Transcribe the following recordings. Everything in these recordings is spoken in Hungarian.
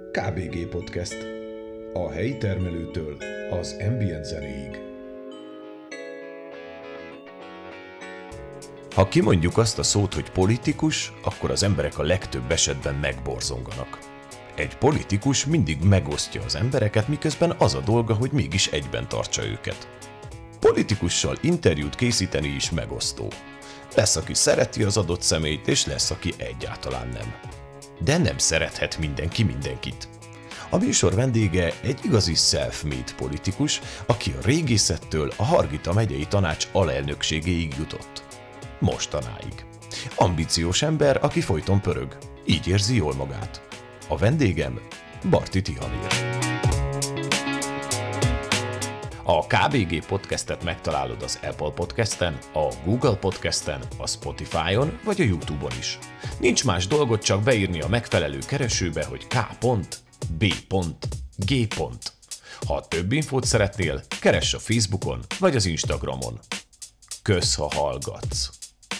KBG Podcast. A helyi termelőtől az ambient zenéig. Ha kimondjuk azt a szót, hogy politikus, akkor az emberek a legtöbb esetben megborzonganak. Egy politikus mindig megosztja az embereket, miközben az a dolga, hogy mégis egyben tartsa őket. Politikussal interjút készíteni is megosztó. Lesz, aki szereti az adott személyt, és lesz, aki egyáltalán nem. De nem szerethet mindenki mindenkit. A műsor vendége egy igazi self-made politikus, aki a régészettől a Hargita megyei tanács alelnökségéig jutott. Mostanáig. Ambíciós ember, aki folyton pörög. Így érzi jól magát. A vendégem Barti Tihamér. A KBG Podcastet megtalálod az Apple Podcasten, a Google Podcasten, a Spotify-on vagy a YouTube-on is. Nincs más dolgot, csak beírni a megfelelő keresőbe, hogy k.b.g. Ha több infót szeretnél, keress a Facebookon vagy az Instagramon. Kösz, ha hallgatsz!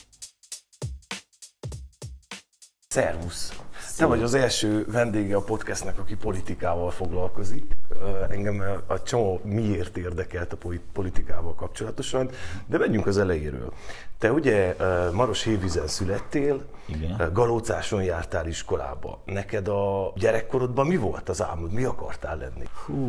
Szervusz! Te vagy az első vendége a podcastnek, aki politikával foglalkozik. Engem a csomó miért érdekelt a politikával kapcsolatosan, de menjünk az elejéről. Te ugye Maroshévízen születtél, igen. Galócáson jártál iskolába. Neked a gyerekkorodban mi volt az álmod? Mi akartál lenni?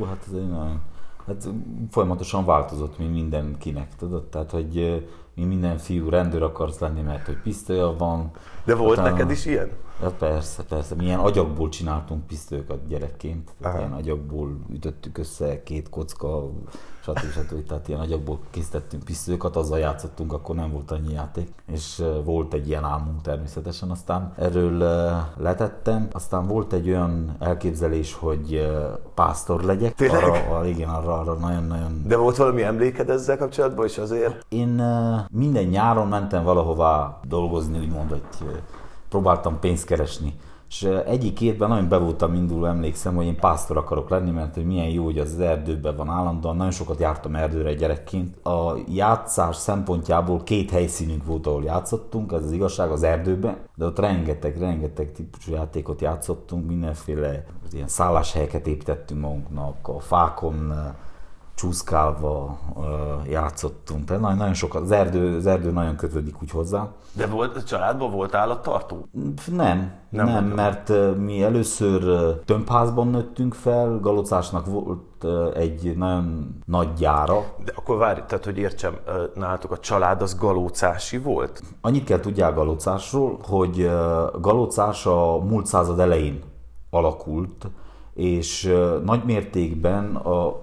Hát folyamatosan változott, mint mindenkinek, tudod? Tehát, hogy minden fiú rendőr akarsz lenni, mert hogy pisztolya van. De volt neked is ilyen? Ja, persze. Mi ilyen agyagból csináltunk pisztolyokat gyerekként. Ilyen agyagból ütöttük össze két kocka, stb. Tehát ilyen agyagból készítettünk pisztolyokat, azzal játszottunk, akkor nem volt annyi játék. És volt egy ilyen álmunk természetesen, aztán erről letettem. Aztán volt egy olyan elképzelés, hogy pásztor legyek. Tényleg? Arra nagyon-nagyon... De volt valami emléked ezzel kapcsolatban is azért? Én minden nyáron mentem valahová dolgozni, úgymond, hogy próbáltam pénzt keresni. És egyik évben nagyon be voltam indulva, emlékszem, hogy én pásztor akarok lenni, mert hogy milyen jó, hogy az erdőben van állandóan. Nagyon sokat jártam erdőre gyerekként. A játszás szempontjából két helyszínünk volt, ahol játszottunk, ez az igazság, az erdőben. De ott rengeteg típusú játékot játszottunk, mindenféle ilyen szálláshelyeket építettünk magunknak, a fákon csúszkálva játszottunk. Tehát nagyon sokat. Az erdő nagyon kötődik úgy hozzá. De a családban volt állattartó? Nem, mert mi először tömbházban nőttünk fel, Galócásnak volt egy nagyon nagy gyára. De akkor várj, tehát hogy értsem, nálatok a család az galócási volt? Annyit kell tudják Galócásról, hogy Galócás a múlt század elején alakult, és nagy mértékben a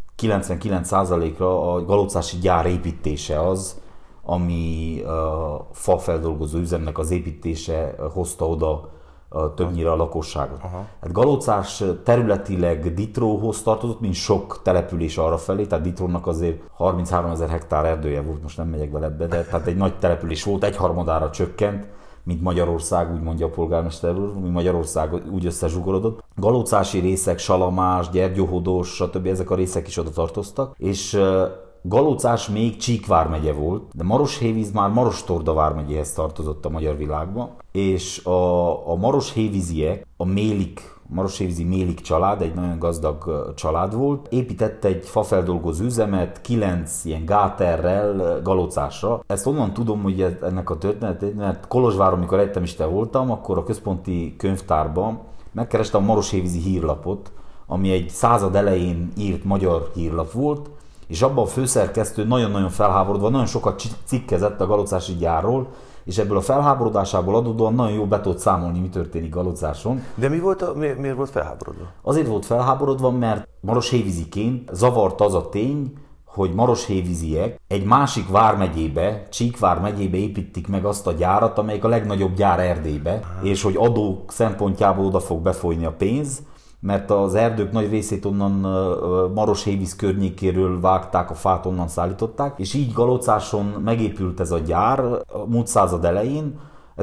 99%-ra a galócási gyár építése az, ami a fafeldolgozó üzemnek az építése hozta oda többnyire a lakosságot. Hát Galócás területileg Ditróhoz tartozott, mint sok település arrafelé, tehát Ditrónak azért 33 000 hektár erdője volt, most nem megyek vele ebbe, de tehát egy nagy település volt, egyharmadára csökkent, mint Magyarország, úgy mondja a polgármester úr, mint Magyarország úgy összezsugorodott. Galócási részek, Salamás, Gyergyóhodos, stb. Ezek a részek is oda tartoztak, és Galócás még Csík vármegye volt, de Maroshévíz már Maros-Torda vármegyéhez tartozott a magyar világban, és a maroshévíziek, a maroshévízi Mélik család, egy nagyon gazdag család volt, épített egy fafeldolgozó üzemet 9 ilyen gáterrel Galócásra. Ezt onnan tudom, hogy ennek a történetét, mert Kolozsváron, amikor egyetemista voltam, akkor a központi könyvtárban megkerestem a Maroshévízi hírlapot, ami egy század elején írt magyar hírlap volt, és abban a főszerkesztő nagyon-nagyon felháborodva, nagyon sokat cikkezett a galócási gyárról, és ebből a felháborodásából adódóan nagyon jól be tudott számolni, mi történik Galócáson. De miért volt felháborodva? Azért volt felháborodva, mert maroshévíziként zavart az a tény, hogy maroshévíziek egy másik vármegyébe, Csík vármegyébe építik meg azt a gyárat, amelyik a legnagyobb gyár Erdélybe, és hogy adók szempontjából oda fog befolyni a pénz, mert az erdők nagy részét onnan Maroshévíz környékéről vágták, a fát onnan szállították, és így Galócáson megépült ez a gyár a múlt század elején,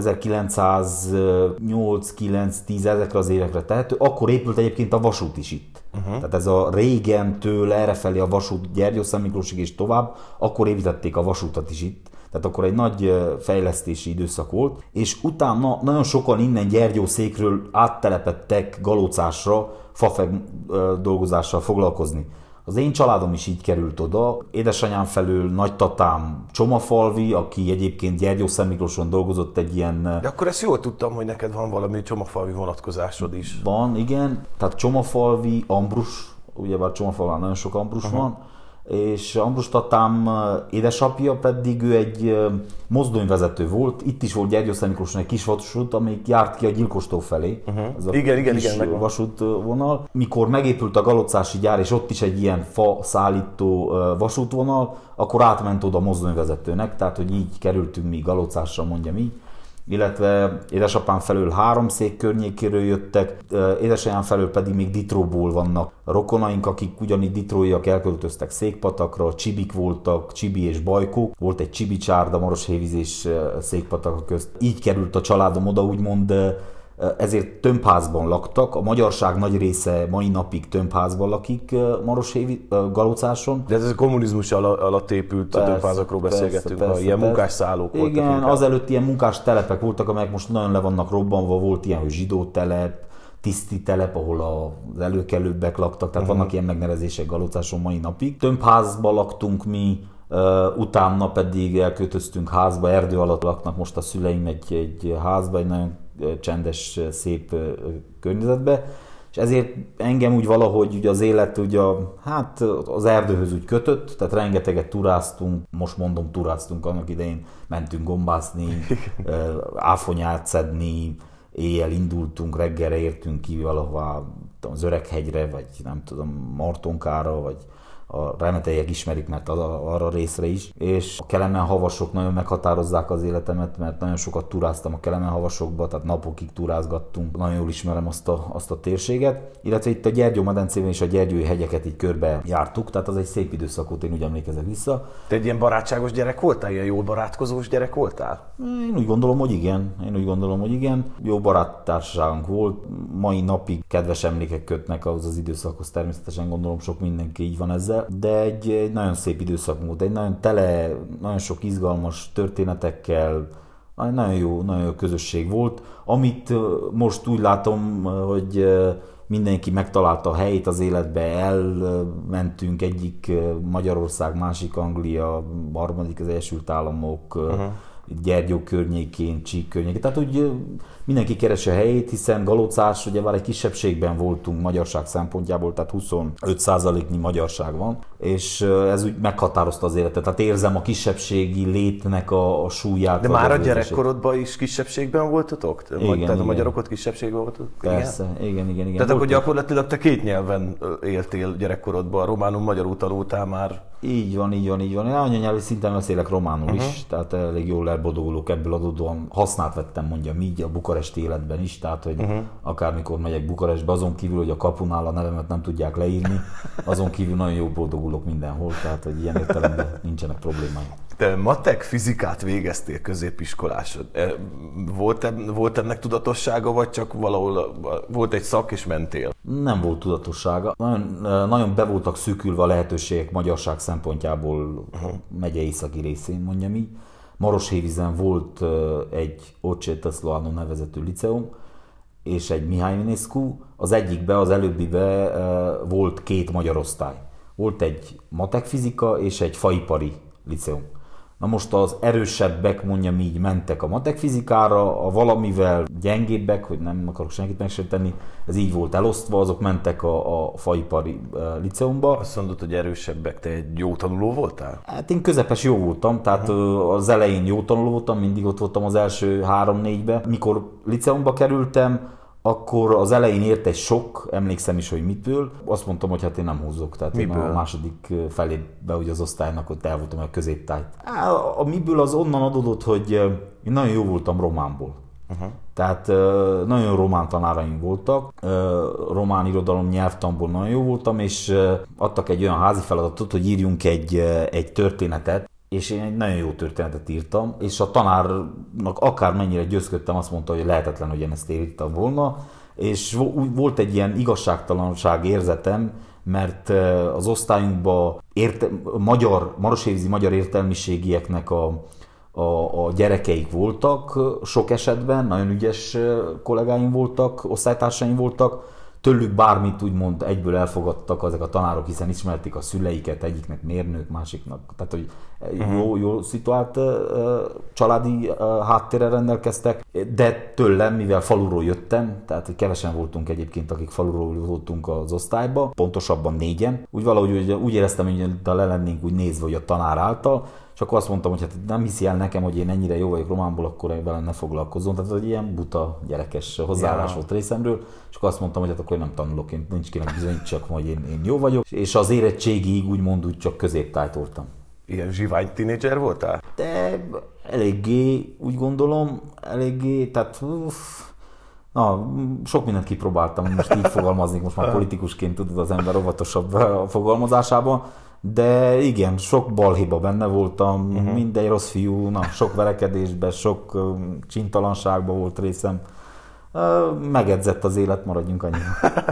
1908-9-10 ezekre az évekre tehető, akkor épült egyébként a vasút is itt. Tehát ez a régentől errefelé a vasút Gyergyószentmiklósig és tovább, akkor építették a vasútat is itt. Tehát akkor egy nagy fejlesztési időszak volt, és utána nagyon sokan innen Gyergyószékről áttelepedtek Galócásra fafegdolgozással foglalkozni. Az én családom is így került oda. Édesanyám felől nagytatám Csomafalvi, aki egyébként Gyergyószentmiklóson dolgozott egy ilyen... De akkor ezt jól tudtam, hogy neked van valami Csomafalvi vonatkozásod is. Van, igen. Tehát Csomafalvi, Ambrus, ugyebár Csomafalván nagyon sok Ambrus van, és Ambrus tatám édesapja pedig ő egy mozdonyvezető volt. Itt is volt Gyergyószentmiklóson egy kis vasút, amelyik járt ki a Gyilkostó felé. Ez a igen, vasútvonal. Mikor megépült a galócási gyár, és ott is egy ilyen fa szállító vasútvonal, akkor átment oda a mozdonyvezetőnek, tehát hogy így kerültünk mi Galócásra, mondjam így. Illetve édesapám felől Háromszék környékéről jöttek, édesanyám felől pedig még Ditróból vannak rokonaink, akik ugyanígy ditróiak elköltöztek Székpatakra, csibik voltak, Csibi és Bajkó. Volt egy csibi csárda Maroshévíz és Székpatak közt. Így került a családom oda, úgymond, ezért tömbházban laktak. A magyarság nagy része mai napig tömbházban lakik Galócáson. De ez a kommunizmus alatt épült tömbházakról beszélgettünk, ilyen munkásszállók voltak. Igen, inkább. azelőtt ilyen munkás telepek voltak, amelyek most nagyon le vannak robbanva, volt ilyen, hogy zsidó telep, tiszti telep, ahol az előkelőbbek laktak, tehát vannak ilyen megnevezések Galócáson mai napig. Tömbházban laktunk mi, utána pedig elköltöztünk házba, erdő alatt laknak most a szüleim egy házba, egy nagyon csendes, szép környezetbe, és ezért engem úgy valahogy ugye az élet ugye, hát az erdőhöz úgy kötött, tehát rengeteget turáztunk, most mondom turáztunk, annak idején mentünk gombászni, áfonyát szedni, éjjel indultunk, reggelre értünk ki valahová az Öreghegyre, vagy nem tudom, Martonkára, vagy a remetelyek ismerik, mert arra a részre is, és a Kelemen-havasok nagyon meghatározzák az életemet, mert nagyon sokat turáztam a Kelemen-havasokba, tehát napokig turázgattunk, nagyon jól ismerem azt a térséget, illetve itt a Gyergyó-medencében és a Gyergyói hegyeket így körbe jártuk, tehát az egy szép időszakot, én úgy emlékezek vissza. Te egy ilyen barátságos gyerek voltál, ilyen jól barátkozós gyerek voltál? Én úgy gondolom, hogy igen. Jó baráttársaságunk volt, mai napig kedves emlékek kötnek ahhoz az időszakhoz, természetesen gondolom sok mindenki így van ezzel, de egy nagyon szép időszak volt, egy nagyon tele, nagyon sok izgalmas történetekkel, nagyon jó közösség volt, amit most úgy látom, hogy mindenki megtalálta a helyét az életbe, elmentünk egyik Magyarország, másik Anglia, harmadik az Egyesült Államok, Gyergyó környékén, Csík környékén. Tehát úgy mindenki keresi a helyét, hiszen Galócás, ugye már egy kisebbségben voltunk magyarság szempontjából, tehát 25%-nyi magyarság van, és ez úgy meghatározta az életet. Tehát érzem a kisebbségi létnek a súlyát. De már a gyerekkorodban is kisebbségben voltatok? Igen, tehát a magyarok kisebbségben voltatok? Persze, igen. Tehát akkor gyakorlatilag te két nyelven éltél gyerekkorodban, románul, magyarul tanultál már? Így van. Én anyanyelvi szinten beszélek románul is, tehát elég jól elboldogulok ebből adódóan. Hasznát vettem, mondjam így, a bukaresti életben is, tehát hogy akármikor megyek Bukarestbe, azon kívül, hogy a kapunál a nevemet nem tudják leírni, azon kívül nagyon jól boldogulok mindenhol, tehát hogy ilyen értelemben nincsenek problémáim. Te matek, fizikát végeztél középiskolásod. Volt ennek tudatossága, vagy csak valahol volt egy szak és mentél? Nem volt tudatossága. Nagyon be voltak szűkülve a lehetőségek magyarság szempontjából megye északi részén, mondjam így. Maroshévízen volt egy Ocse Tesloano nevezetű liceum, és egy Mihály Minescu. Az egyikben, az előbbiben volt két magyar osztály. Volt egy matek fizika és egy faipari liceum. Na most az erősebbek, mondjam így, mentek a matek fizikára, a valamivel gyengébbek, hogy nem akarok senkit megsérteni, ez így volt elosztva, azok mentek a faipari liceumba. Azt mondod, hogy erősebbek, te egy jó tanuló voltál? Hát én közepes jó voltam, tehát az elején jó tanuló voltam, mindig ott voltam az első 3-4-be. Mikor liceumba kerültem, akkor az elején ért egy sok, emlékszem is, hogy mitől. Azt mondtam, hogy hát én nem húzok. Tehát miből? Én a második felébe ugye az osztálynak ott el voltam a középtájt. A miből az onnan adódott, hogy én nagyon jó voltam románból. Tehát nagyon román tanáraim voltak, román irodalom nyelvtanból nagyon jó voltam, és adtak egy olyan házi feladatot, hogy írjunk egy történetet, és én egy nagyon jó történetet írtam, és a tanárnak akármennyire győzködtem, azt mondta, hogy lehetetlen, hogy én ezt írtam volna, és volt egy ilyen igazságtalanság érzetem, mert az osztályunkban maroshévízi magyar értelmiségieknek a gyerekeik voltak sok esetben, nagyon ügyes kollégáim voltak, osztálytársaim voltak, tőlük bármit úgymond egyből elfogadtak ezek a tanárok, hiszen ismerték a szüleiket, egyiknek mérnök, másiknak, tehát hogy jó szituált családi háttérrel rendelkeztek, de tőlem, mivel faluról jöttem, tehát hogy kevesen voltunk egyébként, akik faluról voltunk az osztályba, pontosabban 4-en, úgy valahogy úgy éreztem, hogy le lennénk úgy nézve, hogy a tanár által, és akkor azt mondtam, hogy hát nem hiszi el nekem, hogy én ennyire jó vagyok románból, akkor velem ne foglalkozzon. Tehát egy ilyen buta, gyerekes hozzáállás volt részemről, és akkor azt mondtam, hogy hát akkor én nem tanulok, én nincs kinek bizonyítsak, hogy én jó vagyok. És az érettségig úgymond úgy csak középtájt voltam. Ilyen zsivány tínédzser voltál? De eléggé, úgy gondolom, tehát sok mindent kipróbáltam, most így fogalmaznék, most már politikusként tudod az ember óvatosabb a fogalmazásában. De igen, sok balhéba benne voltam, mindegy rossz fiú, sok verekedésben, sok csintalanságban volt részem. Megedzett az élet, maradjunk annyira.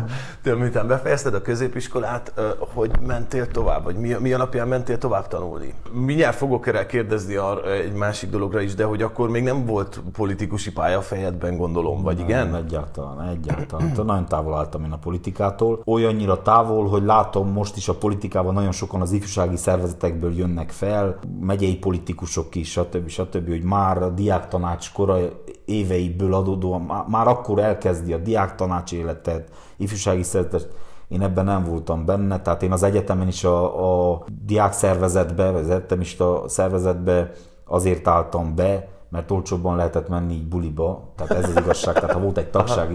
De miután befejezted a középiskolát, hogy mentél tovább, vagy mi alapján mentél tovább tanulni? Mindjárt fogok erre kérdezni egy másik dologra is, de hogy akkor még nem volt politikusi pálya a fejedben, gondolom, vagy igen? Nem, egyáltalán. Nagyon távol álltam én a politikától. Olyannyira távol, hogy látom most is a politikában nagyon sokan az ifjúsági szervezetekből jönnek fel, megyei politikusok is, stb., hogy már a diáktanács korai éveiből adódóan, már akkor elkezdi a diáktanács életet, ifjúsági szervezetet. Én ebben nem voltam benne, tehát én az egyetemen is a diákszervezetbe, vagy az egyetemista szervezetbe azért álltam be, mert olcsóbban lehetett menni így buliba, tehát ez az igazság, tehát ha volt egy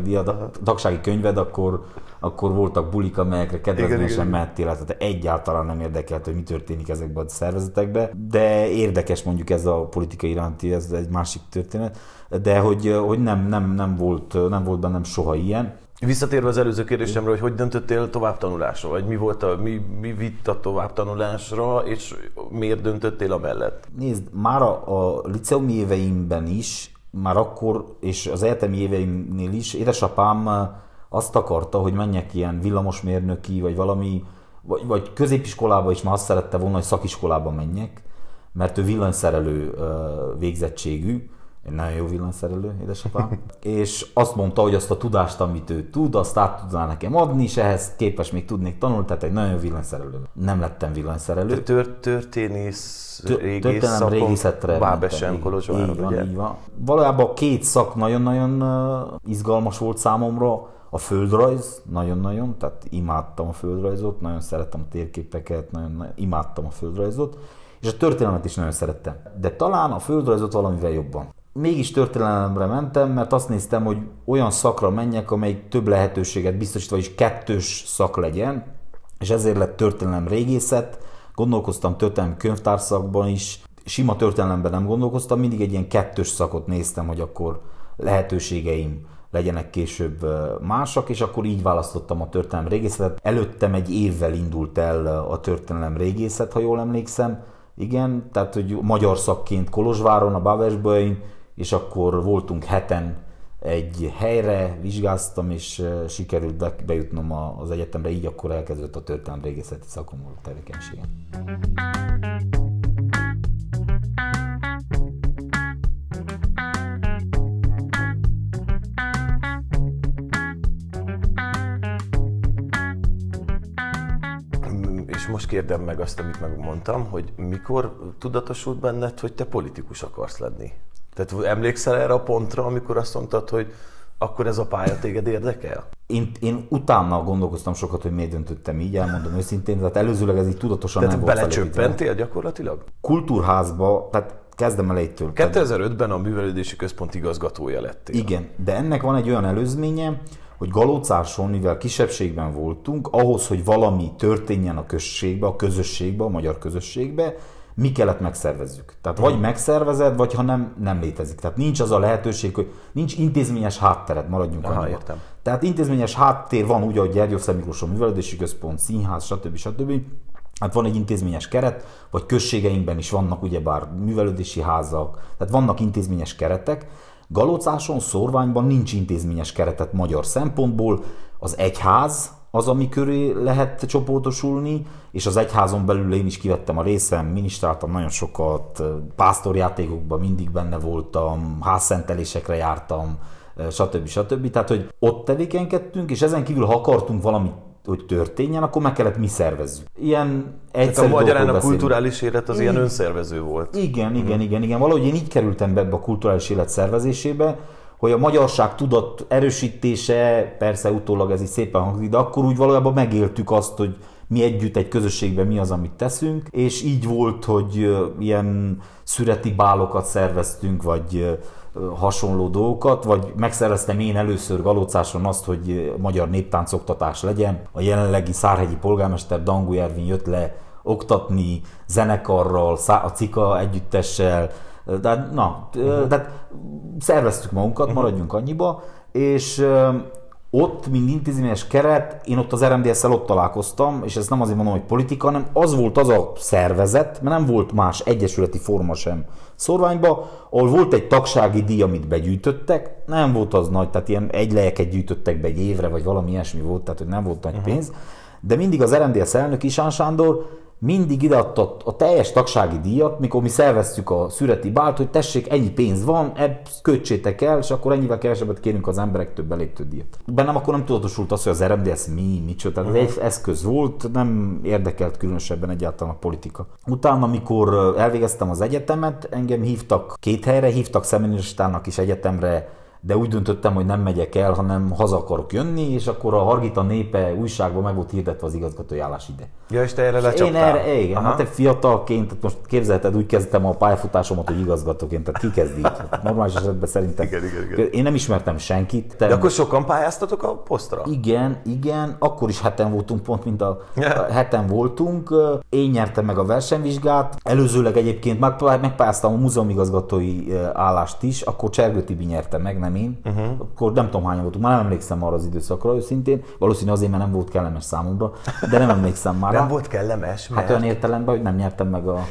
tagsági könyved, akkor voltak bulik, amelyekre kedvezményesen mehettél, tehát egyáltalán nem érdekelt, hogy mi történik ezekben a szervezetekben, de érdekes mondjuk ez a politika iránti, ez egy másik történet, de hogy nem volt bennem soha ilyen. Visszatérve az előző kérdésemre, hogy döntöttél továbbtanulásra, vagy mi vitt a továbbtanulásra, és miért döntöttél amellett? Nézd, már a liceumi éveimben is, már akkor, és az egyetemi éveimnél is, édesapám azt akarta, hogy menjek ilyen villamosmérnöki, vagy valami, vagy középiskolába is már azt szerette volna, hogy szakiskolába menjek, mert ő villanyszerelő végzettségű, egy nagyon jó villanyszerelő, édesapám, és azt mondta, hogy azt a tudást, amit ő tud, azt át tudná nekem adni, és ehhez képes még tudnék tanulni, tehát egy nagyon jó villanyszerelő. Nem lettem villanyszerelő. Történész régészetre Bábesen, Kolozsváron, ugye? Így van. Valójában 2 szak nagyon-nagyon izgalmas volt számomra. A földrajz, nagyon-nagyon, tehát imádtam a földrajzot, nagyon szerettem a térképeket, nagyon imádtam a földrajzot, és a történelmet is nagyon szerettem. De talán a földrajzot valamivel jobban. Mégis történelemre mentem, mert azt néztem, hogy olyan szakra menjek, amelyik több lehetőséget biztosít, vagyis 2 szak legyen, és ezért lett történelem régészet. Gondolkoztam történelmi könyvtárszakban is, sima történelemben nem gondolkoztam, mindig egy ilyen 2 szakot néztem, hogy akkor lehetőségeim legyenek később másak, és akkor így választottam a történelem régészetet. Előttem egy évvel indult el a történelem régészet, ha jól emlékszem. Igen, tehát hogy magyar szakként Kolozsváron, a Bábesbain, és akkor voltunk 7-en egy helyre, vizsgáztam, és sikerült bejutnom az egyetemre, így akkor elkezdődött a történelem régészeti szakon való tevékenységem. És most kérdem meg azt, amit megmondtam, hogy mikor tudatosult benned, hogy te politikus akarsz lenni? Tehát emlékszel erre a pontra, amikor azt mondtad, hogy akkor ez a pálya téged érdekel? Én utána gondolkoztam sokat, hogy miért döntöttem így, elmondom őszintén, tehát előzőleg ez így tudatosan tehát nem volt belecsöppentél gyakorlatilag? Kultúrházba, tehát kezdem elejétől. 2005-ben a Művelődési Központ igazgatója lettél. Igen, de ennek van egy olyan előzménye, hogy Galócáson, mivel kisebbségben voltunk, ahhoz, hogy valami történjen a községbe, a közösségbe, a magyar közösségbe, mi kellett megszervezzük. Tehát vagy megszervezed, vagy ha nem létezik. Tehát nincs az a lehetőség, hogy nincs intézményes háttered, maradjunk annyiba. Értem. Tehát intézményes háttér van úgy, ahogy Gyergyószent Miklóson Művelődési Központ, színház, stb. Hát van egy intézményes keret, vagy községeinkben is vannak ugyebár művelődési házak, tehát vannak intézményes keretek. Galócáson, Szorványban nincs intézményes keretet magyar szempontból. Az egyház, az, ami köré lehet csoportosulni, és az egyházon belül én is kivettem a részem, minisztráltam nagyon sokat, pásztorjátékokban mindig benne voltam, házszentelésekre jártam, stb. Tehát, hogy ott tevékenykedtünk, és ezen kívül, ha akartunk valamit, hogy történjen, akkor meg kellett mi szervezzük. Ilyen egyszerű dolgokról magyarán a beszélünk. kulturális élet az ilyen önszervező volt. Igen. Valahogy én így kerültem be ebbe a kulturális élet szervezésébe, hogy a magyarság tudat erősítése, persze utólag ez is szépen hangzik, de akkor úgy valójában megéltük azt, hogy mi együtt egy közösségben mi az, amit teszünk, és így volt, hogy ilyen szüreti bálokat szerveztünk, vagy hasonló dolgokat, vagy megszerveztem én először Galócáson azt, hogy magyar néptáncoktatás legyen. A jelenlegi szárhegyi polgármester Dangó Ervin jött le oktatni zenekarral, a Cika együttessel, de szerveztük magunkat, maradjunk annyiba, és ott, mint intézményes keret, én ott az RMDS-szel ott találkoztam, és ezt nem azért mondom, hogy politika, hanem az volt az a szervezet, mert nem volt más egyesületi forma sem Szorványba, ahol volt egy tagsági díj, amit begyűjtöttek, nem volt az nagy, tehát ilyen egy lejeket gyűjtöttek be egy évre, vagy valami ilyesmi volt, tehát hogy nem volt nagy pénz, de mindig az RMDS elnök Isán Sándor mindig ideadta a teljes tagsági díjat, mikor mi szerveztük a szüreti bált, hogy tessék, ennyi pénz van, ezt költsétek el, és akkor ennyivel kevesebbet kérünk az emberektől belépő díjat. Bennem akkor nem tudatosult az, hogy az RMDS micsoda, tehát ez egy eszköz volt, nem érdekelt különösebben egyáltalán a politika. Utána, amikor elvégeztem az egyetemet, engem hívtak 2 helyre, hívtak személyiistának is egyetemre, de úgy döntöttem, hogy nem megyek el, hanem haza akarok jönni, és akkor a Hargita Népe újságban meg volt hirdetve az igazgatói állás ide. Ja, és te erre lecsaptál? Én erre, igen, hát fiatalként, most képzelheted, úgy kezdtem a pályafutásomat, hogy igazgatóként, tehát ki kezd így? Normális esetben szerintem. Igen. Én nem ismertem senkit. De akkor sokan pályáztatok a posztra? Igen, akkor is 7-en voltunk, pont mint a 7-en voltunk. Én nyertem meg a versenyvizsgát, előzőleg egyébként megpályáztam a múzeumigazgatói állást is, akkor Csergő Tibi nyerte meg, nem én. Akkor nem tudom hányan voltunk, már nem emlékszem arra az időszakra őszintén, valószínű azért, mert nem volt kellemes számomra, de nem emlékszem már. Nem volt kellemes, mert... Hát olyan értelemben, hogy nem nyertem meg a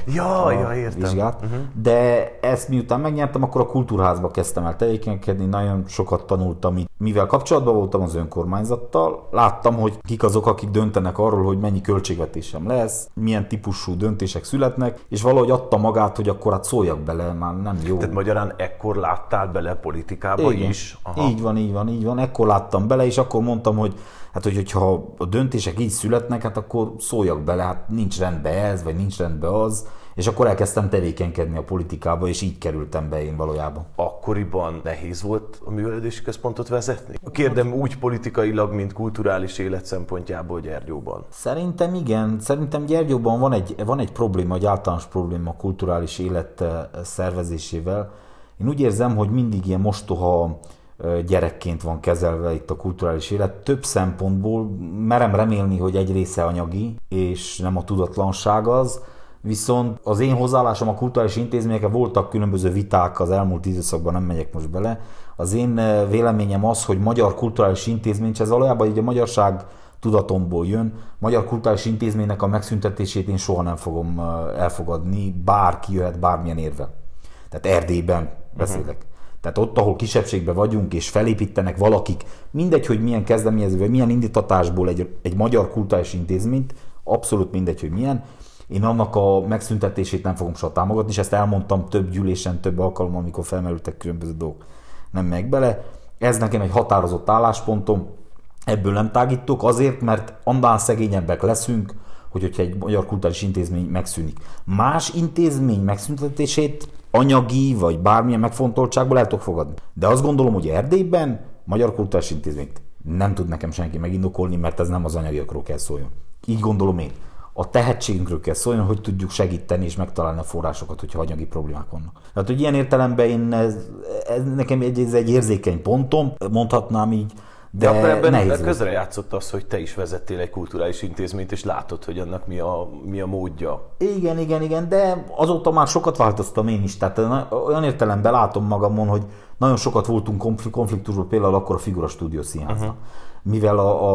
vizsgát. De ezt miután megnyertem, akkor a kultúrházba kezdtem el tevékenykedni, nagyon sokat tanultam, mivel kapcsolatban voltam az önkormányzattal, láttam, hogy kik azok, akik döntenek arról, hogy mennyi költségvetésem lesz, milyen típusú döntések születnek, és valahogy adta magát, hogy akkor hát szóljak bele, már nem jó. Tehát magyarán ekkor láttál bele politikába is? Aha. Így van. Ekkor láttam bele, és akkor mondtam, hogy hát, hogyha a döntések így születnek, hát akkor szóljak bele, hát nincs rendben ez, vagy nincs rendben az, és akkor elkezdtem tevékenykedni a politikába, és így kerültem be én valójában. Akkoriban nehéz volt a művelődési központot vezetni? Kérdem úgy politikailag, mint kulturális élet szempontjából Gyergyóban. Szerintem igen. Szerintem Gyergyóban van egy probléma, egy általános probléma a kulturális élet szervezésével. Én úgy érzem, hogy mindig ilyen mostoha gyerekként van kezelve itt a kulturális élet. Több szempontból merem remélni, hogy egy része anyagi, és nem a tudatlanság az. Viszont az én hozzáállásom a kulturális intézményekre, voltak különböző viták az elmúlt időszakban, nem megyek most bele. Az én véleményem az, hogy magyar kulturális intézmény, ez valójában így a magyarság tudatomból jön, magyar kulturális intézménynek a megszüntetését én soha nem fogom elfogadni, bárki jöhet bármilyen érvel. Tehát Erdélyben beszélek. Tehát ott, ahol kisebbségben vagyunk, és felépítenek valakik, mindegy, hogy milyen kezdeményező, vagy milyen indítatásból egy magyar kulturális intézményt, abszolút mindegy, hogy milyen, én annak a megszüntetését nem fogom soha támogatni, és ezt elmondtam több gyűlésen, több alkalommal, amikor felmerültek különböző dolgok. Nem megyek bele. Ez nekem egy határozott álláspontom, ebből nem tágítok, azért, mert annál szegényebbek leszünk, hogyha egy magyar kulturális intézmény megszűnik. Más intézmény megszüntetését anyagi vagy bármilyen megfontoltságból el tudok fogadni. De azt gondolom, hogy Erdélyben magyar kulturális intézményt nem tud nekem senki megindokolni, mert ez nem az anyagiakról kell szóljon. Így gondolom én. A tehetségünkről kell szóljon, hogy tudjuk segíteni és megtalálni a forrásokat, hogyha anyagi problémák vannak. Tehát, hogy ilyen értelemben ez nekem ez egy érzékeny pontom, mondhatnám így, de akkor ebben nehéz. közrejátszott az, hogy te is vezettél egy kulturális intézményt, és látod, hogy annak mi a módja. Igen, de azóta már sokat változtam én is. Tehát olyan értelemben látom magamon, hogy nagyon sokat voltunk konfliktusban, például akkor a Figura Stúdió Színháznak. Mivel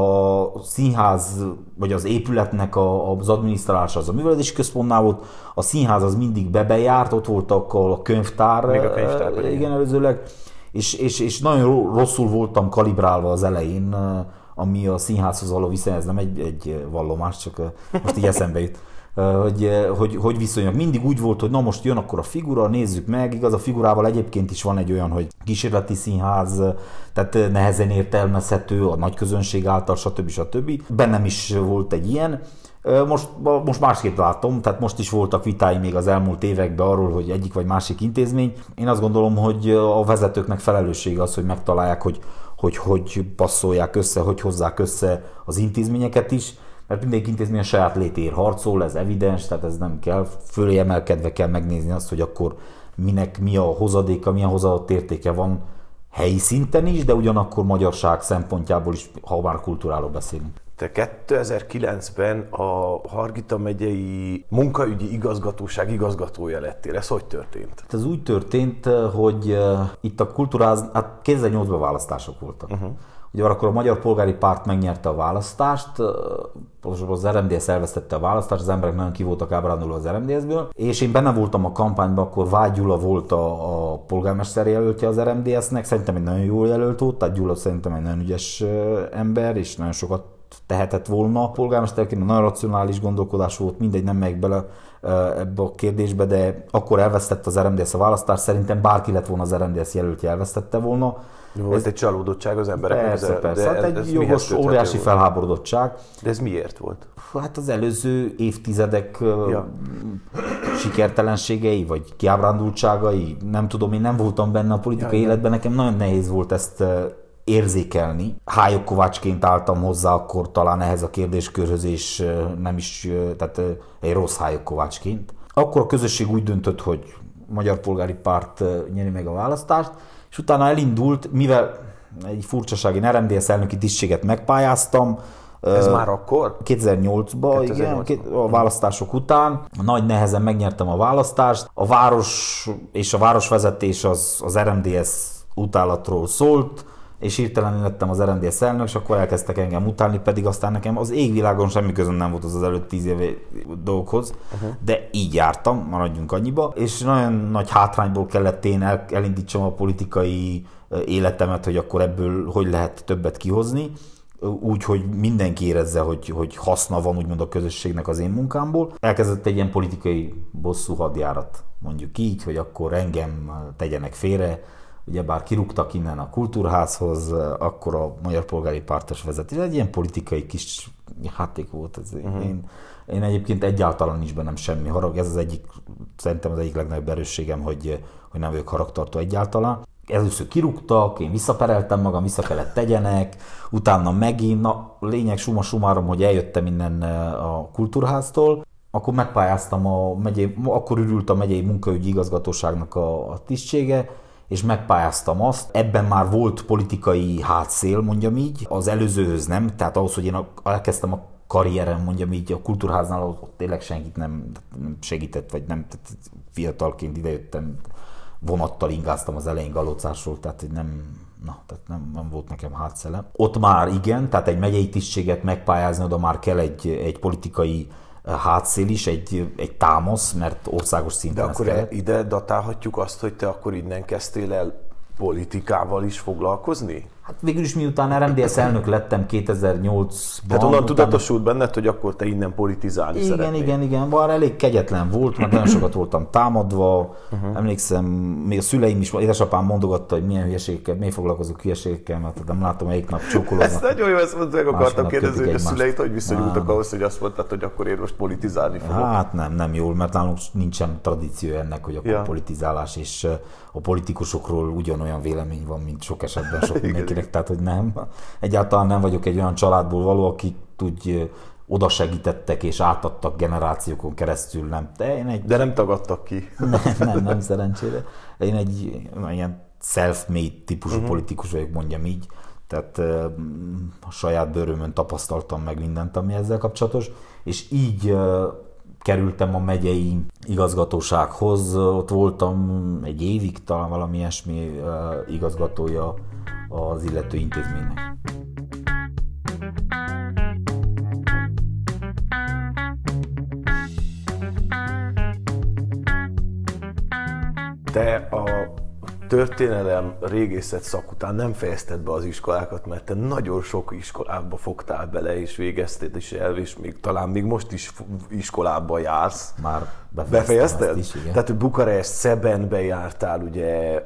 a színház, vagy az épületnek az adminisztrálása az a művelődési központnál volt, a színház az mindig bebejárt, ott volt akkor a könyvtár, még a könyvtár igen, előzőleg, és nagyon rosszul voltam kalibrálva az elején ami a színházhoz való viszony, ez nem egy vallomás, csak most így eszembe jut. Hogy viszonylag mindig úgy volt, hogy na most jön akkor a figura, nézzük meg, igaz, a figurával egyébként is van egy olyan, hogy kísérleti színház, tehát nehezen értelmezhető a nagy közönség által, stb. Bennem is volt egy ilyen. Most másképp látom, tehát most is voltak vitái még az elmúlt években arról, hogy egyik vagy másik intézmény. Én azt gondolom, hogy a vezetőknek felelőssége az, hogy megtalálják, hogy passzolják össze, hogy hozzák össze az intézményeket is, mert mindenki intézmény a saját létéért harcol, ez evidens, tehát ez nem kell, fölé emelkedve kell megnézni azt, hogy akkor minek mi a hozadéka, milyen hozadott értéke van helyi szinten is, de ugyanakkor magyarság szempontjából is, ha már kultúráról beszélünk. Te 2009-ben a Hargita megyei munkaügyi igazgatóság igazgatója lettél. Ez hogy történt? Ez úgy történt, hogy itt a kultúráz, hát 2008-ban választások voltak. Ugye akkor a Magyar Polgári Párt megnyerte a választást, az RMDSZ elvesztette a választást, az emberek nagyon ki voltak ábrándulva az RMDSZ-ből, és én benne voltam a kampányban, akkor Vágy Gyula volt a polgármester jelöltje az RMDSZ-nek, szerintem egy nagyon jól jelölt volt, tehát Gyula szerintem egy nagyon ügyes ember, és nagyon sokat tehetett volna. Polgármesterként nagyon racionális gondolkodás volt, mindegy, nem megyek bele ebbe a kérdésbe, de akkor elvesztette az RMDSZ a választást, szerintem bárki lett volna az RMDSZ jelöltje, elvesztette volna. Volt egy csalódottság az emberek. Persze. Hát egy jogos, óriási felháborodottság. De ez miért volt? Hát az előző évtizedek sikertelenségei, vagy kiábrándultságai, nem tudom, én nem voltam benne a politikai életben, nekem nagyon nehéz volt ezt érzékelni. Hályog Kovácsként álltam hozzá akkor talán ehhez a kérdéskörhöz, és nem is, tehát egy rossz Hályog Kovácsként. Akkor a közösség úgy döntött, hogy Magyar Polgári Párt nyeri meg a választást, és utána elindult, mivel egy furcsaság, én RMDSZ elnöki tisztséget megpályáztam. Ez már akkor? 2008-ban, igen, a választások után. Nagy nehezen megnyertem a választást. A város és a városvezetés az RMDSZ utálatról szólt, és hirtelen lettem az RMDSZ elnök, és akkor elkezdtek engem utálni, pedig aztán nekem az égvilágon semmi közön nem volt az előtt 10 éve dolgokhoz, de így jártam, maradjunk annyiba, és nagyon nagy hátrányból kellett én elindítsam a politikai életemet, hogy akkor ebből hogy lehet többet kihozni, úgy, hogy mindenki érezze, hogy haszna van úgymond a közösségnek az én munkámból. Elkezdett egy ilyen politikai bosszú hadjárat, mondjuk így, hogy akkor engem tegyenek félre. Ugyebár kirúgtak innen a Kultúrházhoz, akkor a Magyar Polgári Pártos vezetés. Ez egy ilyen politikai kis játék volt. Én egyébként egyáltalán nincs bennem semmi harag. Ez az egyik, szerintem az egyik legnagyobb erősségem, hogy nem vagyok haragtartó egyáltalán. Először kirúgtak, én visszapereltem magam, vissza kellett tegyenek, utána megint, lényeg summa summarum, hogy eljöttem innen a Kultúrháztól, akkor megpályáztam akkor ürült a megyei munkaügyi igazgatóságnak a tisztsége, és megpályáztam azt. Ebben már volt politikai hátszél, mondjam így, az előzőhöz nem, tehát ahhoz, hogy én elkezdtem a karrierem, mondjam így, a Kultúrháznál ott tényleg senkit nem segített, vagy nem, tehát fiatalként idejöttem, vonattal ingáztam az elején Galócásról, tehát nem volt nekem hátszele. Ott már igen, tehát egy megyei tisztséget megpályázni, oda már kell egy politikai hátszél is, egy támasz, mert országos szinten. De akkor ide datálhatjuk azt, hogy te akkor innen kezdtél el politikával is foglalkozni? Hát végül is miután RMDSZ elnök lettem 2008-ban... Tehát onnan tudatosult benned, hogy akkor te innen politizálni szeretnél. Igen. Bár elég kegyetlen volt, mert nagyon sokat voltam támadva. Emlékszem, még a szüleim is, édesapám mondogatta, hogy milyen hülyeségekkel, miért foglalkozok hülyeségekkel, mert nem látom, melyik nap csókolóznak. Ez nagyon jó, ezt meg akartam kérdezni, hogy a szüleid hogy viszonyultak ahhoz, hogy azt mondtad, hogy akkor én most politizálni fogok. Hát nem jól, mert nálunk nincsen tradíció ennek, hogy akkor politizálás, és a politikusokról ugyanolyan vélemény van, mint sok esetben sok mindenkinek, tehát hogy nem. Egyáltalán nem vagyok egy olyan családból való, akik úgy oda segítettek és átadtak generációkon keresztül, nem. De nem tagadtak ki. Nem szerencsére. Én egy ilyen self-made típusú politikus vagyok, mondjam így. Tehát a saját bőrömön tapasztaltam meg mindent, ami ezzel kapcsolatos, és így kerültem a megyei igazgatósághoz, ott voltam egy évig, talán valami ilyesmi igazgatója az illető intézménynek. Te a történelem, régészet szak után nem fejezted be az iskolákat, mert te nagyon sok iskolába fogtál bele, és végezted is el, és talán még most is iskolába jársz. Már befejezted? Is, igen. Tehát Bukarest, Szebenbe jártál, ugye?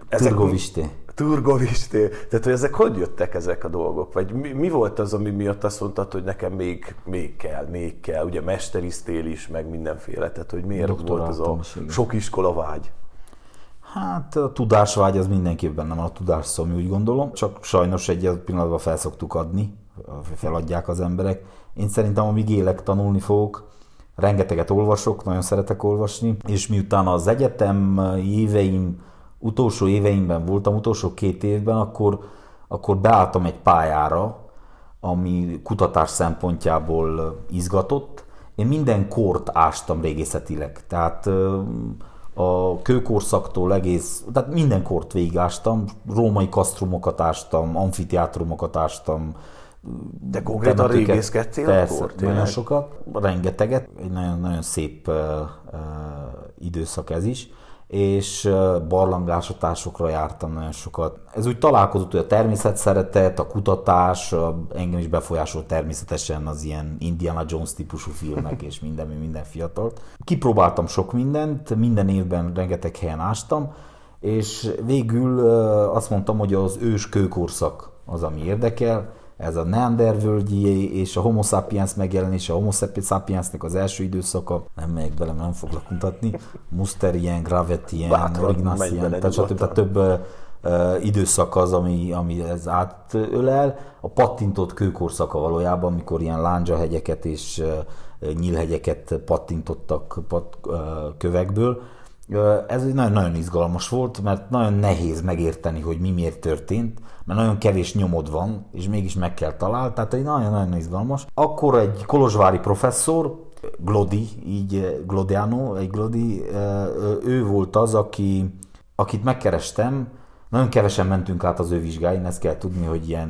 Turgoviste. Tehát, hogy ezek hogy jöttek ezek a dolgok? Vagy mi volt az, ami miatt azt mondtad, hogy nekem még kell? Ugye mesteriztél is, meg mindenféle. Tehát, hogy miért volt az a sok iskola vágy? Hát a tudásvágy az mindenképpen nem a tudásszomj, úgy gondolom. Csak sajnos egy pillanatban fel szoktuk adni, feladják az emberek. Én szerintem, amíg élek, tanulni fogok. Rengeteget olvasok, nagyon szeretek olvasni. És miután az egyetem utolsó éveimben voltam, utolsó 2 évben, akkor beálltam egy pályára, ami kutatás szempontjából izgatott. Én minden kort ástam régészetileg, tehát a kőkorszaktól tehát minden kort végigástam, római kasztrumokat ástam, amfiteátrumokat ástam. De konkrétan régészkedtél akkor? Nagyon sokat, rengeteget, egy nagyon, nagyon szép időszak ez is, és barlangásatásokra jártam nagyon sokat. Ez úgy találkozott, hogy a természetszeretet, a kutatás, engem is befolyásolt természetesen az ilyen Indiana Jones típusú filmek és minden fiatalt. Kipróbáltam sok mindent, minden évben rengeteg helyen ástam, és végül azt mondtam, hogy az ős kőkorszak az, ami érdekel. Ez a Neandervölgyi és a Homo sapiens megjelenése, a Homo sapiensnek az első időszaka, nem megyek bele, nem foglak mutatni, Musterien, Gravettien, Orignacien, tehát több időszak az, ami ez átölel. A pattintott kőkorszaka valójában, amikor ilyen lándzsahegyeket és nyílhegyeket pattintottak kövekből. Ez nagyon izgalmas volt, mert nagyon nehéz megérteni, hogy mi miért történt, mert nagyon kevés nyomod van, és mégis meg kell találni, tehát egy nagyon izgalmas. Akkor egy kolozsvári professzor, Glodiano, ő volt az, akit megkerestem. Nagyon kevesen mentünk át az ő vizsgáin, ezt kell tudni,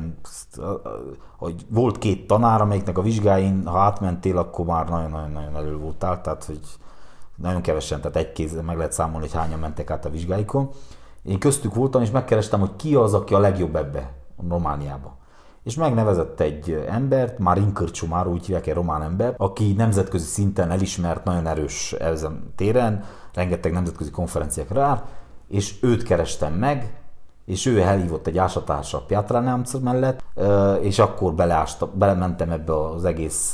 hogy volt 2 tanár, amelyiknek a vizsgáin, ha átmentél, akkor már nagyon-nagyon elő voltál, tehát hogy nagyon kevesen, tehát egy kézzel meg lehet számolni, hogy hányan mentek át a vizsgáikon. Én köztük voltam, és megkerestem, hogy ki az, aki a legjobb ebbe, a Romániába. És megnevezett egy embert, Marin Cârciumar, úgy hívják, egy román ember, aki nemzetközi szinten elismert, nagyon erős ezen téren, rengeteg nemzetközi konferenciákra jár, és őt kerestem meg, és ő elhívott egy ásatásra a Piatra Neamț mellett, és akkor belementem ebbe az egész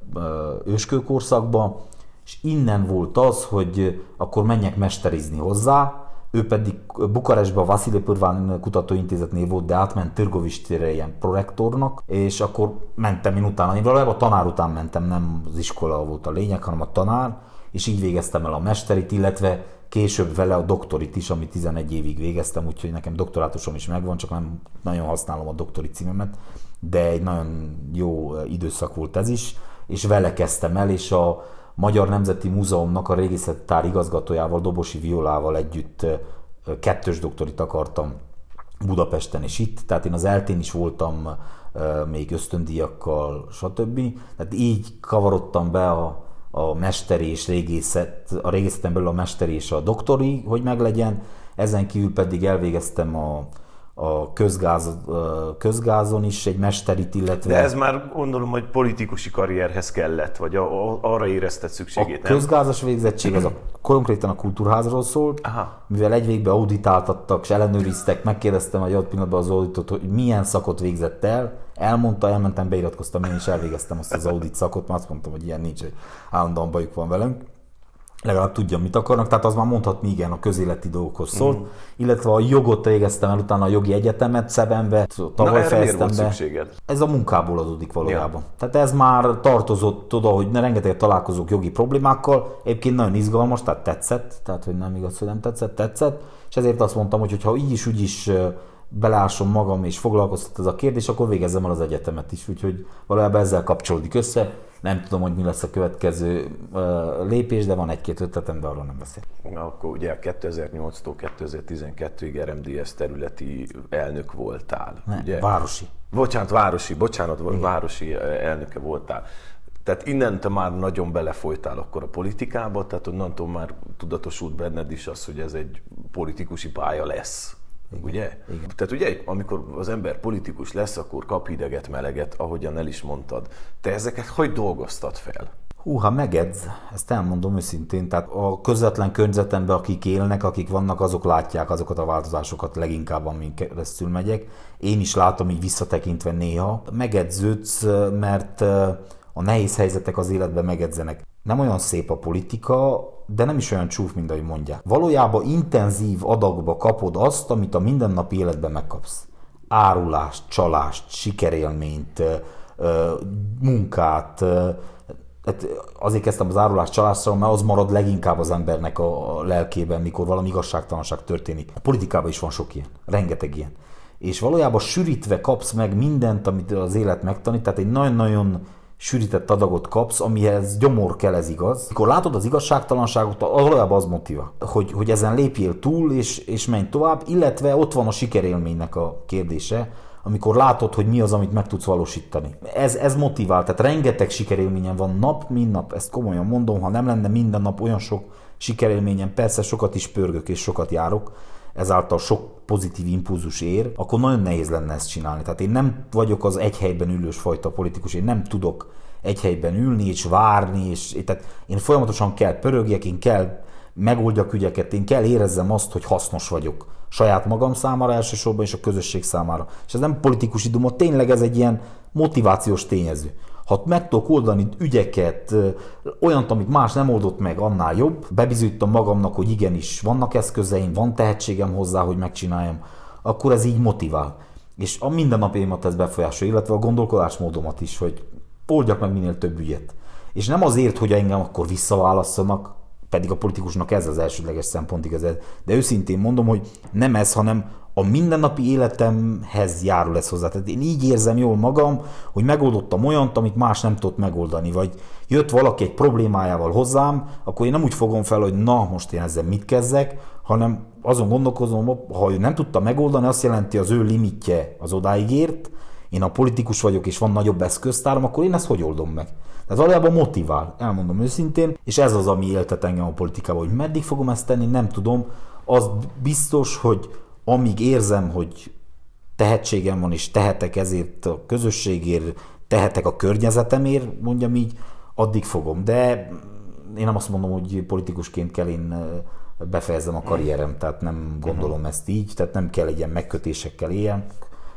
őskőkorszakba, és innen volt az, hogy akkor menjek mesterizni hozzá, ő pedig Bukarestben a Vasile Pârvan Kutatóintézetnél volt, de átment Târgovistére ilyen prorektornak, és akkor mentem én utána. Én valójában a tanár után mentem, nem az iskola volt a lényeg, hanem a tanár, és így végeztem el a mesterit, illetve később vele a doktorit is, amit 11 évig végeztem, úgyhogy nekem doktorátusom is megvan, csak nem nagyon használom a doktori címemet, de egy nagyon jó időszak volt ez is, és vele kezdtem el, és a Magyar Nemzeti Múzeumnak a régészettár igazgatójával, Dobosi Violával együtt 2. doktorit akartam Budapesten és itt, tehát én az ELTÉn is voltam még ösztöndíjakkal, stb. Tehát így kavarodtam be a mesteri és a régészeten belül a mesteri és a doktori, hogy meglegyen, ezen kívül pedig elvégeztem a közgázon is egy mesterit, illetve... De ez már gondolom, hogy politikusi karrierhez kellett, vagy arra érezted szükségét, nem? A közgázas végzettség az konkrétan a kultúrházról szólt, mivel egy végben auditáltattak és ellenőriztek, megkérdeztem egy adott pillanatban az auditot, hogy milyen szakot végzett el, elmentem, beiratkoztam én és elvégeztem azt az audit szakot, mert azt mondtam, hogy ilyen nincs, hogy állandóan bajuk van velünk. Legalább tudjam, mit akarnak, tehát az már mondhatni igen, a közéleti dolgokhoz szólt. Illetve a jogot végeztem el, utána a jogi egyetemet Szebenbe, tavaly fejeztem be. Ez a munkából adódik valójában. Ja. Tehát ez már tartozott oda, hogy rengeteg találkozók jogi problémákkal, egyébként nagyon izgalmas, tehát tetszett, tehát hogy nem igaz, hogy nem tetszett, és ezért azt mondtam, hogy ha így is, úgy is beleásom magam és foglalkoztat ez a kérdés, akkor végezzem el az egyetemet is, úgyhogy valójában ezzel kapcsolódik össze. Nem tudom, hogy mi lesz a következő lépés, de van 1-2 ötletem, de arról nem beszélek. Akkor ugye 2008-tól 2012-ig RMDSZ területi elnök voltál. Ugye? Városi. Városi elnöke voltál. Tehát innen te már nagyon belefolytál akkor a politikába, tehát onnantól már tudatosult benned is az, hogy ez egy politikusi pálya lesz. Ugye? Igen. Tehát ugye, amikor az ember politikus lesz, akkor kap hideget, meleget, ahogyan el is mondtad. Te ezeket hogy dolgoztad fel? Ha megedz, ezt elmondom őszintén, tehát a közvetlen környezetemben, akik élnek, akik vannak, azok látják azokat a változásokat leginkább, amin keresztül megyek. Én is látom így visszatekintve néha. Megedződsz, mert a nehéz helyzetek az életben megedzenek. Nem olyan szép a politika, de nem is olyan csúf, mint ahogy mondják. Valójában intenzív adagba kapod azt, amit a mindennapi életben megkapsz. Árulást, csalást, sikerélményt, munkát. Azért kezdtem az árulás csalásra, mert az marad leginkább az embernek a lelkében, mikor valami igazságtalanság történik. A politikában is van sok ilyen, rengeteg ilyen. És valójában sűrítve kapsz meg mindent, amit az élet megtanít, tehát egy nagyon-nagyon sűrített adagot kapsz, amihez gyomor kell, ez igaz. Mikor látod az igazságtalanságot, valójában az motivál, hogy ezen lépjél túl, és menj tovább, illetve ott van a sikerélménynek a kérdése, amikor látod, hogy mi az, amit meg tudsz valósítani. Ez motivál, tehát rengeteg sikerélményen van nap, mint nap, ezt komolyan mondom, ha nem lenne minden nap olyan sok sikerélményen, persze sokat is pörgök és sokat járok, ezáltal sok pozitív impulzus ér, akkor nagyon nehéz lenne ezt csinálni. Tehát én nem vagyok az egy helyben ülős fajta politikus, én nem tudok egy helyben ülni és várni, tehát én folyamatosan kell pörögjek, én kell megoldjak ügyeket, én kell érezzem azt, hogy hasznos vagyok. Saját magam számára elsősorban és a közösség számára. És ez nem politikus idő, tényleg ez egy ilyen motivációs tényező. Ha meg tudok oldani ügyeket, olyant, amit más nem oldott meg, annál jobb. Bebizonyítom magamnak, hogy igenis vannak eszközeim, van tehetségem hozzá, hogy megcsináljam, akkor ez így motivál. És a mindennapjaimat ez befolyásolja, illetve a gondolkodásmódomat is, hogy oldjak meg minél több ügyet. És nem azért, hogy engem akkor visszaválasszanak, pedig a politikusnak ez az elsődleges szempont igaz, de őszintén mondom, hogy nem ez, hanem a mindennapi életemhez járul ez hozzá. Tehát én így érzem jól magam, hogy megoldottam olyant, amit más nem tudott megoldani, vagy jött valaki egy problémájával hozzám, akkor én nem úgy fogom fel, hogy na, most én ezzel mit kezdek, hanem azon gondolkozom, ha ő nem tudta megoldani, azt jelenti, az ő limitje az odáig ért, én a politikus vagyok, és van nagyobb eszköztáram, akkor én ezt hogy oldom meg? Tehát valójában motivál, elmondom őszintén, és ez az, ami éltet engem a politikában, hogy meddig fogom ezt tenni, nem tudom. Az biztos, hogy amíg érzem, hogy tehetségem van, és tehetek ezért a közösségért, tehetek a környezetemért, mondjam így, addig fogom. De én nem azt mondom, hogy politikusként kell én befejezzem a karrierem, tehát nem gondolom ezt így, tehát nem kell egy ilyen megkötésekkel éljen.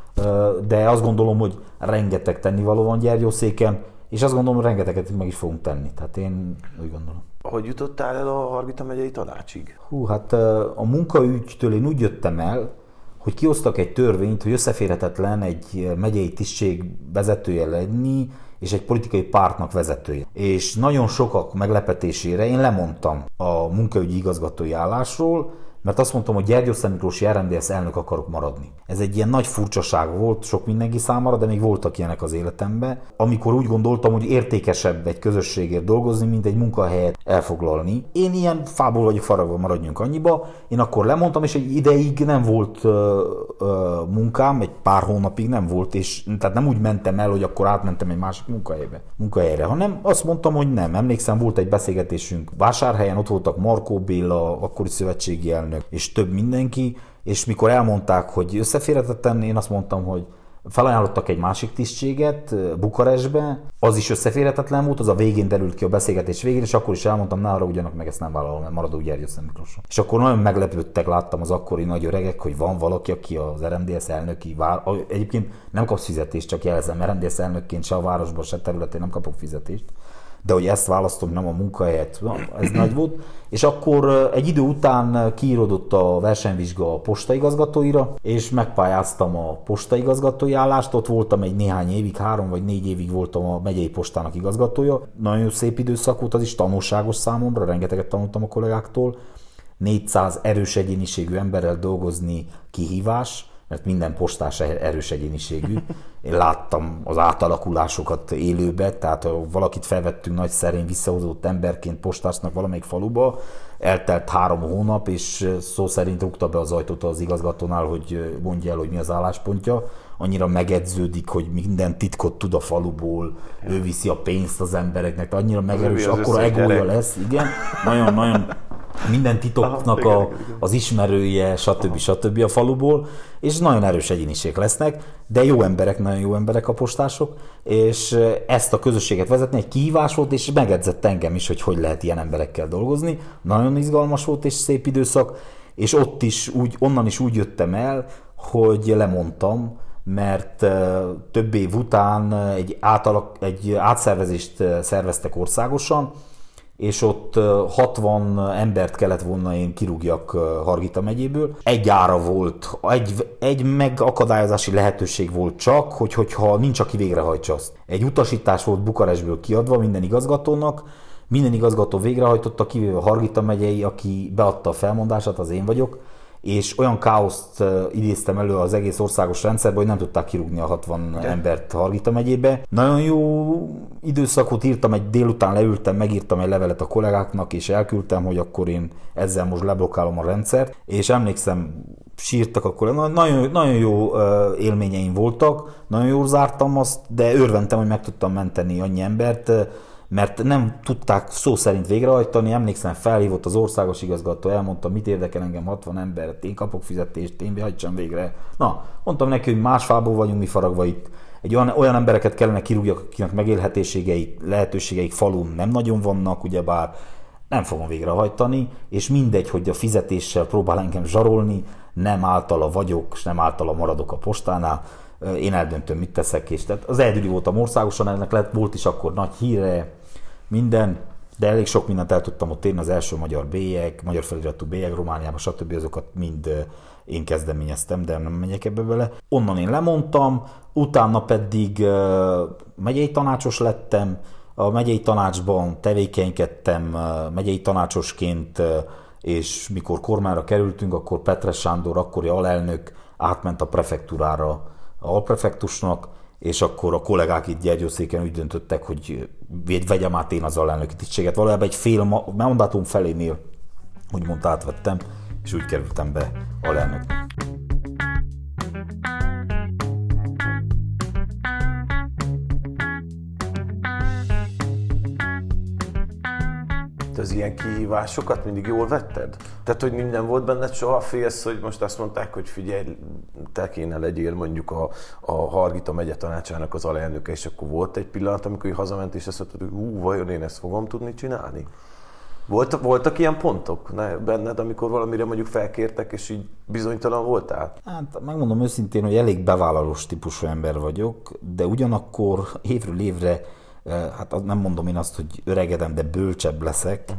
De azt gondolom, hogy rengeteg tennivaló van Gyergyószéken, és azt gondolom, hogy rengeteget meg is fogunk tenni. Tehát én úgy gondolom. Hogy jutottál el a Hargita megyei tanácsig? Hát a munkaügytől én úgy jöttem el, hogy kihoztak egy törvényt, hogy összeférhetetlen egy megyei tisztség vezetője lenni, és egy politikai pártnak vezetője. És nagyon sokak meglepetésére én lemondtam a munkaügyi igazgatói állásról, mert azt mondtam, hogy Gyergyószent Miklósi RMDSZ elnök akarok maradni. Ez egy ilyen nagy furcsaság volt sok mindenki számára, de még voltak ilyenek az életemben, amikor úgy gondoltam, hogy értékesebb egy közösségért dolgozni, mint egy munkahelyet elfoglalni. Én ilyen fából vagyok faragva, maradjunk annyiba. Én akkor lemondtam, és egy ideig nem volt munkám, egy pár hónapig nem volt, és tehát nem úgy mentem el, hogy akkor átmentem egy másik munkahelyre, hanem azt mondtam, hogy nem. Emlékszem, volt egy beszélgetésünk Vásárhelyen, ott voltak Markó Béla, akkori szövetségi elnök, és több mindenki, és mikor elmondták, hogy összeférhetetlen, én azt mondtam, hogy felajánlottak egy másik tisztséget Bukarestbe, az is összeférhetetlen volt, az a végén derült ki a beszélgetés végén, és akkor is elmondtam, ne haragudjanak meg, ezt nem vállalom, mert maradok Gyergyószent Miklóson. És akkor nagyon meglepődtek, láttam az akkori nagy öregek, hogy van valaki, aki az RMDSZ elnöki egyébként nem kapsz fizetést, csak jelzem, RMDSZ elnökként se a városban, se területén nem kapok fizetést. De hogy ezt választom, nem a munkahelyet, ez nagy volt. És akkor egy idő után kiírodott a versenyvizsga a postaigazgatóira, és megpályáztam a postaigazgatói állást, ott voltam egy néhány évig, 3 vagy 4 évig voltam a megyei postának igazgatója. Nagyon szép időszak volt, az is tanulságos számomra, rengeteget tanultam a kollégáktól. 400 erős egyéniségű emberrel dolgozni kihívás, mert minden postás erős egyéniségű. Én láttam az átalakulásokat élőbe, tehát ha valakit felvettünk nagy szerény visszahozott emberként postásnak valamelyik faluba, eltelt 3 hónap, és szó szerint rúgta be az ajtót az igazgatónál, hogy mondja el, hogy mi az álláspontja. Annyira megedződik, hogy minden titkot tud a faluból, ő viszi a pénzt az embereknek, annyira megerős, akkora egója lesz, igen. Nagyon-nagyon minden titoknak az ismerője, stb. A faluból, és nagyon erős egyéniség lesznek, de jó emberek, nagyon jó emberek a postások, és ezt a közösséget vezetni egy kihívás volt, és megedzett engem is, hogy lehet ilyen emberekkel dolgozni. Nagyon izgalmas volt és szép időszak, és ott is onnan is úgy jöttem el, hogy lemondtam, mert több év után egy átszervezést szerveztek országosan, és ott 60 embert kellett volna én kirúgjak Hargita megyéből. Egy ára volt, egy megakadályozási lehetőség volt csak, hogyha nincs, aki végrehajtsa azt. Egy utasítás volt Bukarestből kiadva minden igazgatónak, minden igazgató végrehajtotta, kivéve a Hargita megyei, aki beadta a felmondását, az én vagyok, és olyan káoszt idéztem elő az egész országos rendszerbe, hogy nem tudták kirúgni a 60 embert Hargita megyébe. Nagyon jó időszakot írtam, egy délután leültem, megírtam egy levelet a kollégáknak, és elküldtem, hogy akkor én ezzel most leblokkálom a rendszert, és emlékszem, sírtak akkor, nagyon jó élményeim voltak, nagyon jól zártam azt, de örventem, hogy meg tudtam menteni annyi embert, mert nem tudták szó szerint végrehajtani. Emlékszem, felhívott az országos igazgató, elmondta, mit érdekel engem 60 embert, én kapok fizetést, én hagysam végre. Na, mondtam neki, hogy más fából vagyunk mi faragva itt. Olyan embereket kellene kirúgjak, akinek megélhetőségeik, lehetőségeik falun nem nagyon vannak, ugyebár nem fogom végrehajtani, és mindegy, hogy a fizetéssel próbál engem zsarolni, nem általa vagyok, és nem általa maradok a postánál. Én eldöntöm, mit teszek, és tehát az egyedüli voltam országosan, ennek volt is akkor nagy híre, minden, de elég sok mindent el tudtam ott érni, az első magyar bélyeg, magyar feliratú bélyeg Romániában, stb. Azokat mind én kezdeményeztem, de nem megyek ebbe bele. Onnan én lemondtam, utána pedig megyei tanácsos lettem, a megyei tanácsban tevékenykedtem megyei tanácsosként, és mikor kormányra kerültünk, akkor Petres Sándor, akkori alelnök átment a prefektúrára, alprefektusnak, és akkor a kollégák itt Gyergyószéken úgy döntöttek, hogy vegyem át én az alelnöki tisztséget. Valójában egy fél mandátum felénél úgymond átvettem, és úgy kerültem be alelnöknek. Az ilyen kihívásokat mindig jól vetted? Tehát, hogy minden volt benned, soha félsz, hogy most azt mondták, hogy figyelj, te kéne legyél mondjuk a Hargita megye tanácsának az alelnöke, és akkor volt egy pillanat, amikor hazament, és azt mondtad, hogy vajon én ezt fogom tudni csinálni? Voltak ilyen pontok benned, amikor valamire mondjuk felkértek, és így bizonytalan voltál? Hát megmondom őszintén, hogy elég bevállalós típusú ember vagyok, de ugyanakkor évről évre, hát nem mondom én azt, hogy öregedem, de bölcsebb leszek,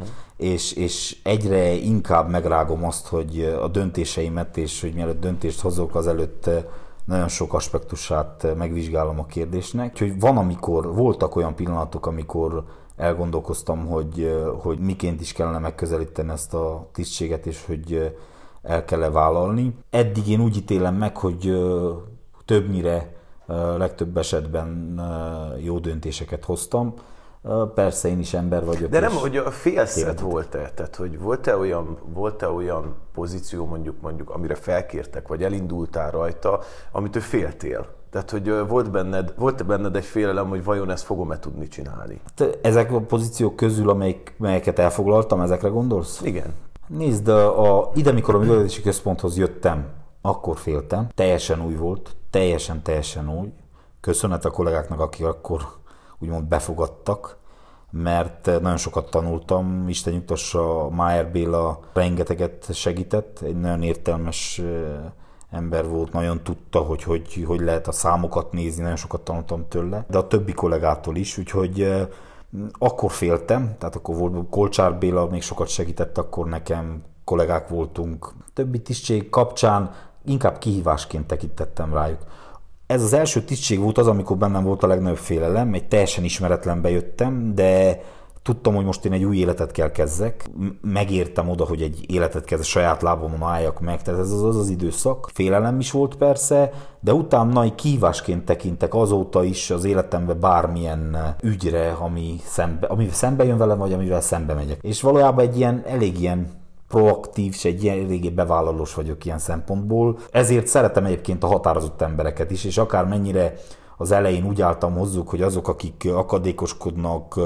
és egyre inkább megrágom azt, hogy a döntéseimet, és hogy mielőtt döntést hozok, azelőtt nagyon sok aspektusát megvizsgálom a kérdésnek. Úgyhogy voltak olyan pillanatok, amikor elgondolkoztam, hogy miként is kellene megközelíteni ezt a tisztséget, és hogy el kell-e vállalni. Eddig én úgy ítélem meg, hogy többnyire, legtöbb esetben jó döntéseket hoztam. Persze én is ember vagyok. De nem, hogy a félszed volt-e? Tehát, hogy volt-e olyan pozíció mondjuk, amire felkértek, vagy elindultál rajta, amitől féltél? Tehát, hogy volt-e benned egy félelem, hogy vajon ezt fogom-e tudni csinálni? Ezek a pozíciók közül, melyeket elfoglaltam, ezekre gondolsz? Igen. Nézd, ide, mikor a művelődési központhoz jöttem, akkor féltem. Teljesen új volt, teljesen új. Köszönet a kollégáknak, akik akkor úgymond befogadtak, mert nagyon sokat tanultam. Isten nyugtassa, Májer Béla rengeteget segített, egy nagyon értelmes ember volt, nagyon tudta, hogy lehet a számokat nézni, nagyon sokat tanultam tőle, de a többi kollégától is, úgyhogy akkor féltem, tehát akkor volt Kolcsár Béla, még sokat segített akkor nekem, kollégák voltunk. Többi tisztség kapcsán inkább kihívásként tekintettem rájuk. Ez az első tisztség volt az, amikor bennem volt a legnagyobb félelem, egy teljesen ismeretlenbe jöttem, de tudtam, hogy most én egy új életet kell kezdek. Megértem oda, hogy egy életet kezdek, saját lábamon álljak meg, tehát ez az időszak. Félelem is volt persze, de utána kihívásként tekintek azóta is az életemben bármilyen ügyre, ami szembe jön velem, vagy amivel szembe megyek. És valójában egy elég ilyen proaktív, és egy eléggé bevállalós vagyok ilyen szempontból. Ezért szeretem egyébként a határozott embereket is, és akármennyire az elején úgy álltam hozzuk, hogy azok, akik akadékoskodnak,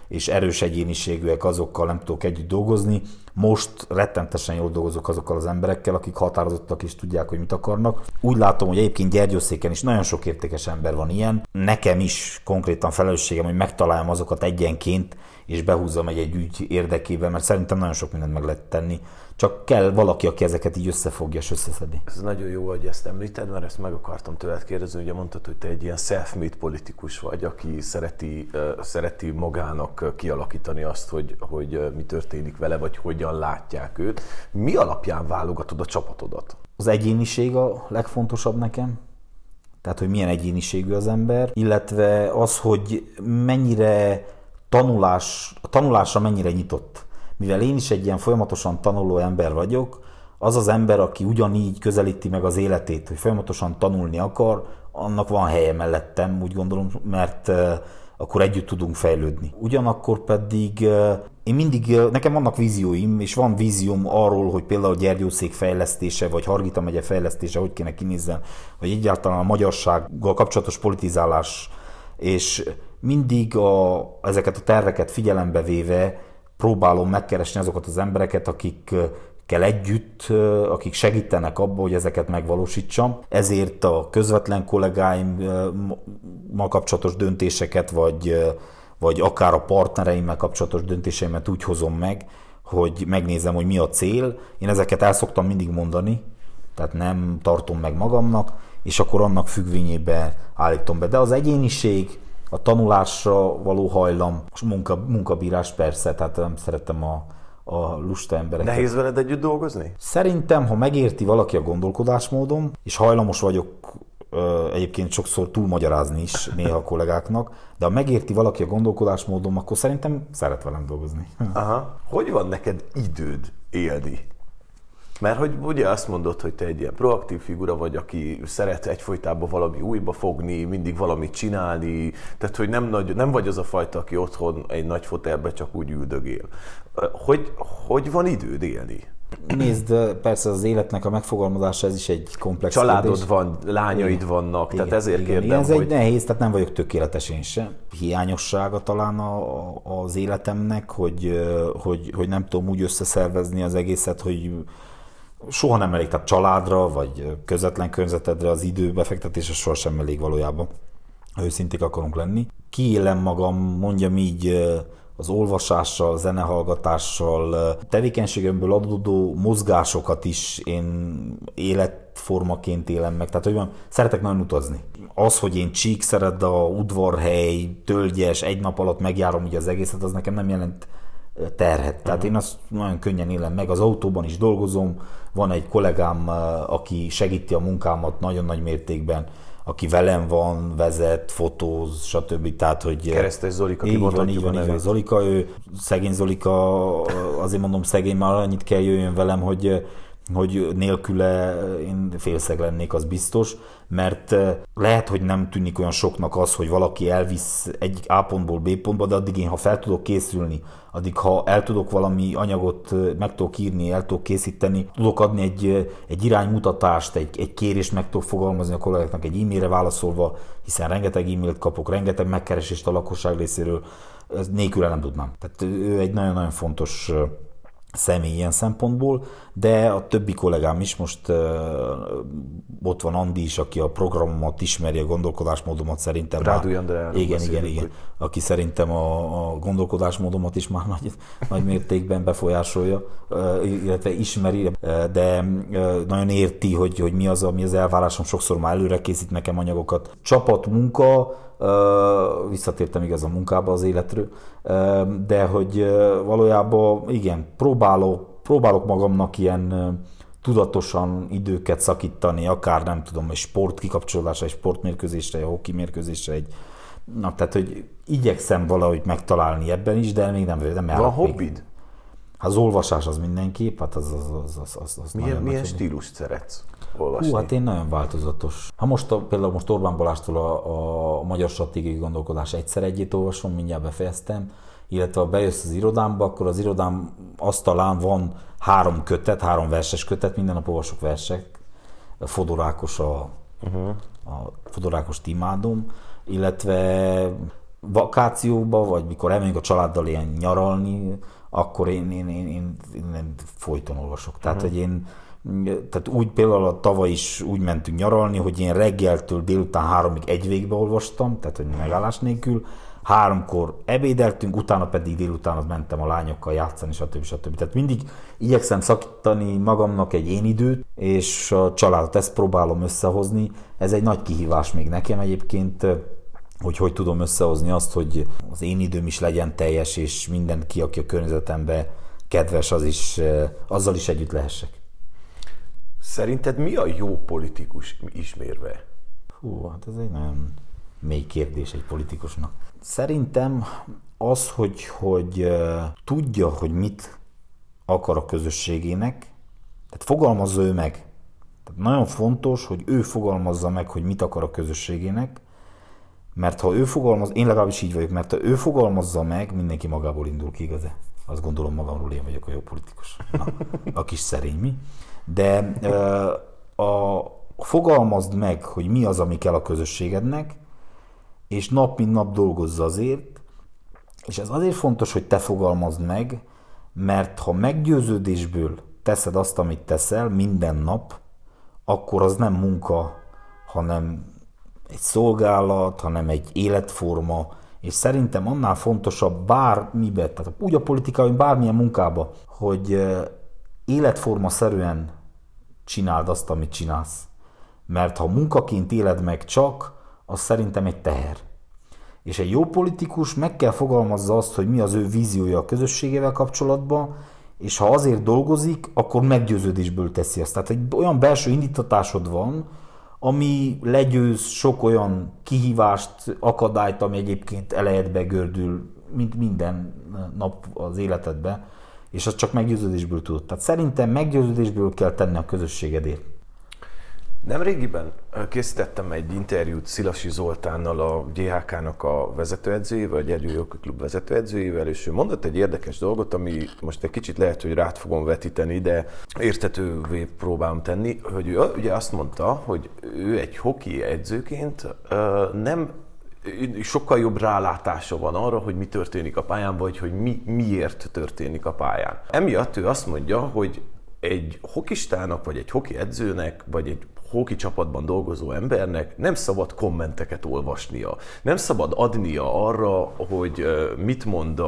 és erős egyéniségűek, azokkal nem tudok együtt dolgozni. Most rettentesen jól dolgozok azokkal az emberekkel, akik határozottak és tudják, hogy mit akarnak. Úgy látom, hogy egyébként Gyergyószéken is nagyon sok értékes ember van ilyen. Nekem is konkrétan felelősségem, hogy megtaláljam azokat egyenként, és behúzzam egy ügy érdekében, mert szerintem nagyon sok mindent meg lehet tenni. Csak kell valaki, aki ezeket így összefogja és összeszedi. Ez nagyon jó, hogy ezt említed, mert ezt meg akartam tőled kérdezni. Ugye mondtad, hogy te egy ilyen self-made politikus vagy, aki szereti magának kialakítani azt, hogy mi történik vele, vagy hogyan látják őt. Mi alapján válogatod a csapatodat? Az egyéniség a legfontosabb nekem. Tehát, hogy milyen egyéniségű az ember, illetve az, hogy mennyire a tanulásra mennyire nyitott. Mivel én is egy ilyen folyamatosan tanuló ember vagyok, az az ember, aki ugyanígy közelíti meg az életét, hogy folyamatosan tanulni akar, annak van helye mellettem, úgy gondolom, mert akkor együtt tudunk fejlődni. Ugyanakkor pedig nekem vannak vízióim, és van vízióm arról, hogy például Gyergyószék fejlesztése, vagy Hargita megye fejlesztése, hogy kéne kinézzen, vagy egyáltalán a magyarsággal kapcsolatos politizálás, és mindig ezeket a terveket figyelembe véve próbálom megkeresni azokat az embereket, akikkel együtt, akik segítenek abban, hogy ezeket megvalósítsam. Ezért a közvetlen kollégáimmal kapcsolatos döntéseket, vagy akár a partnereimmel kapcsolatos döntéseimet úgy hozom meg, hogy megnézem, hogy mi a cél. Én ezeket el szoktam mindig mondani, tehát nem tartom meg magamnak, és akkor annak függvényében állítom be. De az egyéniség, a tanulásra való hajlam, és munkabírás persze, tehát nem szeretem a lusta embereket. Nehéz veled együtt dolgozni? Szerintem, ha megérti valaki a gondolkodásmódom, és hajlamos vagyok egyébként sokszor túlmagyarázni is néha a kollégáknak, de ha megérti valaki a gondolkodásmódom, akkor szerintem szeret velem dolgozni. Aha. Hogy van neked időd élni? Mert hogy ugye azt mondod, hogy te egy ilyen proaktív figura vagy, aki szeret egyfolytában valami újba fogni, mindig valamit csinálni, tehát hogy nem vagy az a fajta, aki otthon egy nagy fotelbe csak úgy üldögél. Hogy van időd élni? Nézd, persze az életnek a megfogalmazása, ez is egy komplex családod kérdés. van, lányaid vannak, tehát ezért kérdem, ez hogy... egy nehéz, tehát nem vagyok tökéletes én sem. Hiányossága talán az életemnek, hogy nem tudom úgy összeszervezni az egészet, hogy soha nem elég, tehát családra, vagy közvetlen környezetedre az idő befektetése sohasem elég valójában, ha őszinték akarunk lenni. Kiélem magam, mondjam így, az olvasással, zenehallgatással, tevékenységemből adódó mozgásokat is én életformaként élem meg. Tehát, hogy van, szeretek nagyon utazni. Az, hogy én Csíkszereda, udvarhely, Tölgyes, egy nap alatt megjárom ugye az egészet, az nekem nem jelent terhet. Tehát én azt nagyon könnyen élem meg, az autóban is dolgozom, van egy kollégám, aki segíti a munkámat nagyon nagy mértékben, aki velem van, vezet, fotóz, stb. Tehát, hogy... Keresztes Zolika, így van, Zolika, ő szegény Zolika, azért mondom szegény, már annyit kell jöjjön velem, hogy nélküle én félszeg lennék, az biztos, mert lehet, hogy nem tűnik olyan soknak az, hogy valaki elvisz egy A pontból B pontba, de addig én, ha fel tudok készülni, addig, ha el tudok valami anyagot, meg tudok írni, el tudok készíteni, tudok adni egy iránymutatást, egy kérést meg tudok fogalmazni a kollégáknak egy e-mailre válaszolva, hiszen rengeteg e-mailt kapok, rengeteg megkeresést a lakosság részéről, nélküle nem tudnám. Tehát ő egy nagyon-nagyon fontos személy ilyen szempontból, de a többi kollégám is, most ott van Andi is, aki a programomat ismeri, a gondolkodásmódomat szerintem. Rádúj Andrea. Igen. Aki szerintem a gondolkodásmódomat is már nagy mértékben befolyásolja, illetve ismeri, de nagyon érti, hogy mi az elvárásom, sokszor már előre készít nekem anyagokat. Csapatmunka, visszatértem igaz a munkába az életről, de hogy valójában igen, próbálok magamnak ilyen tudatosan időket szakítani, akár nem tudom, egy sport kikapcsolódásra, egy sportmérkőzésre, egy hoki mérkőzésre, tehát hogy igyekszem valahogy megtalálni ebben is, de még nem van hobbid? Az olvasás az mindenképp, hát az milyen stílust szeretsz olvasni? Hát én nagyon változatos. Például most Orbán Balástól a Magyar Stratégiai Gondolkodás egyszer egyét olvasom, mindjárt befejeztem, illetve ha bejössz az irodámba, akkor az irodám asztalán van 3 verses kötet, minden nap olvasok versek. Fodor Ákos Fodor Ákost imádom, illetve vakációba, vagy mikor elmegyünk a családdal ilyen nyaralni, akkor én folyton olvasok. Tehát, hogy tehát úgy például tavaly is úgy mentünk nyaralni, hogy én reggeltől délután 3-ig egy végbe olvastam, tehát hogy megállás nélkül, 3-kor ebédeltünk, utána pedig délután mentem a lányokkal játszani, stb. Tehát mindig igyekszem szakítani magamnak egy én időt, és a családot ezt próbálom összehozni. Ez egy nagy kihívás még nekem egyébként, hogy tudom összehozni azt, hogy az én időm is legyen teljes, és mindenki, aki a környezetemben kedves, azzal is együtt lehessek. Szerinted mi a jó politikus ismérve? Hú, hát ez egy nagyon mély kérdés egy politikusnak. Szerintem az, hogy tudja, hogy mit akar a közösségének, tehát fogalmazza ő meg. Tehát nagyon fontos, hogy ő fogalmazza meg, hogy mit akar a közösségének, mert ha ő fogalmaz, én legalábbis így vagyok, mert ha ő fogalmazza meg, mindenki magából indul ki, igaz-e? Azt gondolom magamról, én vagyok a jó politikus. Na, a kis szerény mi. De fogalmazd meg, hogy mi az, ami kell a közösségednek, és nap mint nap dolgozza azért, és ez azért fontos, hogy te fogalmazd meg, mert ha meggyőződésből teszed azt, amit teszel minden nap, akkor az nem munka, hanem egy szolgálat, hanem egy életforma, és szerintem annál fontosabb bármibe, tehát úgy a politikában, bármilyen munkába, hogy életformaszerűen csináld azt, amit csinálsz. Mert ha munkaként éled meg csak, az szerintem egy teher. És egy jó politikus meg kell fogalmazza azt, hogy mi az ő víziója a közösségével kapcsolatban, és ha azért dolgozik, akkor meggyőződésből teszi azt. Tehát egy olyan belső indítatásod van, ami legyőz sok olyan kihívást, akadályt, ami egyébként elejétbe gördül, mint minden nap az életedben, és azt csak meggyőződésből tudod. Tehát szerintem meggyőződésből kell tenni a közösségedért. Nemrégiben készítettem egy interjút Szilasi Zoltánnal, a GHK-nak a vezetőedzőjével, a Gyergyói Jogi Klub vezetőedzőjével, és ő mondott egy érdekes dolgot, ami most egy kicsit lehet, hogy rád fogom vetíteni, de érthetővé próbálom tenni, hogy ő ugye azt mondta, hogy ő egy hoki edzőként nem sokkal jobb rálátása van arra, hogy mi történik a pályán, vagy hogy miért történik a pályán. Emiatt ő azt mondja, hogy egy hokistának, vagy egy hoki edzőnek, vagy egy hoki csapatban dolgozó embernek nem szabad kommenteket olvasnia. Nem szabad adnia arra, hogy mit mond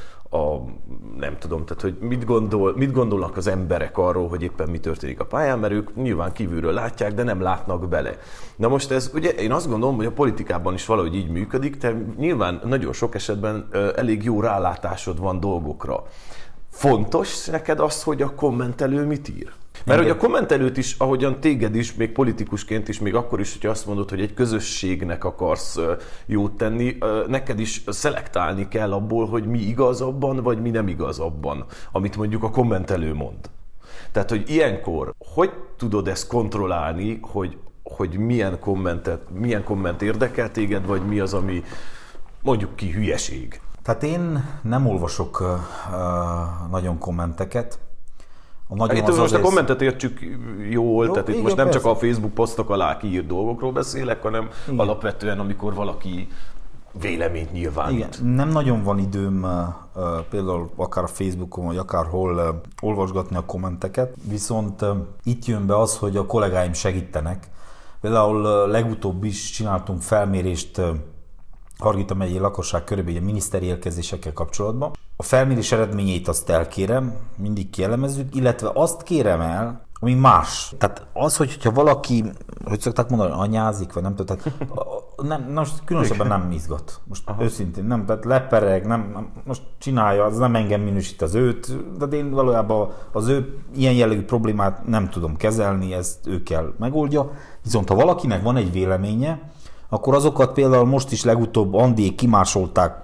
nem tudom, tehát hogy mit gondolnak az emberek arról, hogy éppen mi történik a pályán, mert ők nyilván kívülről látják, de nem látnak bele. Na most ez, ugye én azt gondolom, hogy a politikában is valahogy így működik, te nyilván nagyon sok esetben elég jó rálátásod van dolgokra. Fontos neked az, hogy a kommentelő mit ír? Mert hogy a kommentelőt is, ahogyan téged is, még politikusként is, még akkor is, hogyha azt mondod, hogy egy közösségnek akarsz jót tenni, neked is szelektálni kell abból, hogy mi igaz abban, vagy mi nem igaz abban, amit mondjuk a kommentelő mond. Tehát, hogy ilyenkor, hogy tudod ezt kontrollálni, hogy milyen komment érdekel téged, vagy mi az, ami mondjuk ki hülyeség? Tehát én nem olvasok nagyon kommenteket. Most a kommentet értsük jól, tehát itt most nem persze. Csak a Facebook posztok alá kiírt dolgokról beszélek, hanem igen. Alapvetően, amikor valaki véleményt nyilvánít. Igen, nem nagyon van időm például akár a Facebookon, vagy akárhol olvasgatni a kommenteket, viszont itt jön be az, hogy a kollégáim segítenek. Például legutóbb is csináltunk felmérést Hargita megyei lakosság körében a miniszteri érkezésekkel kapcsolatban. A felmérés eredményeit azt elkérem, mindig kielemezzük, illetve azt kérem el, ami más. Tehát az, hogyha valaki, hogy szokták mondani, anyázik, vagy nem tudom, tehát most különösebben nem izgat. Most őszintén, nem, tehát lepereg, most csinálja, az nem engem minősít az őt, de én valójában az ő ilyen jellegű problémát nem tudom kezelni, ezt ő kell megoldja. Viszont ha valakinek van egy véleménye, akkor azokat például most is legutóbb Andiék kimásolták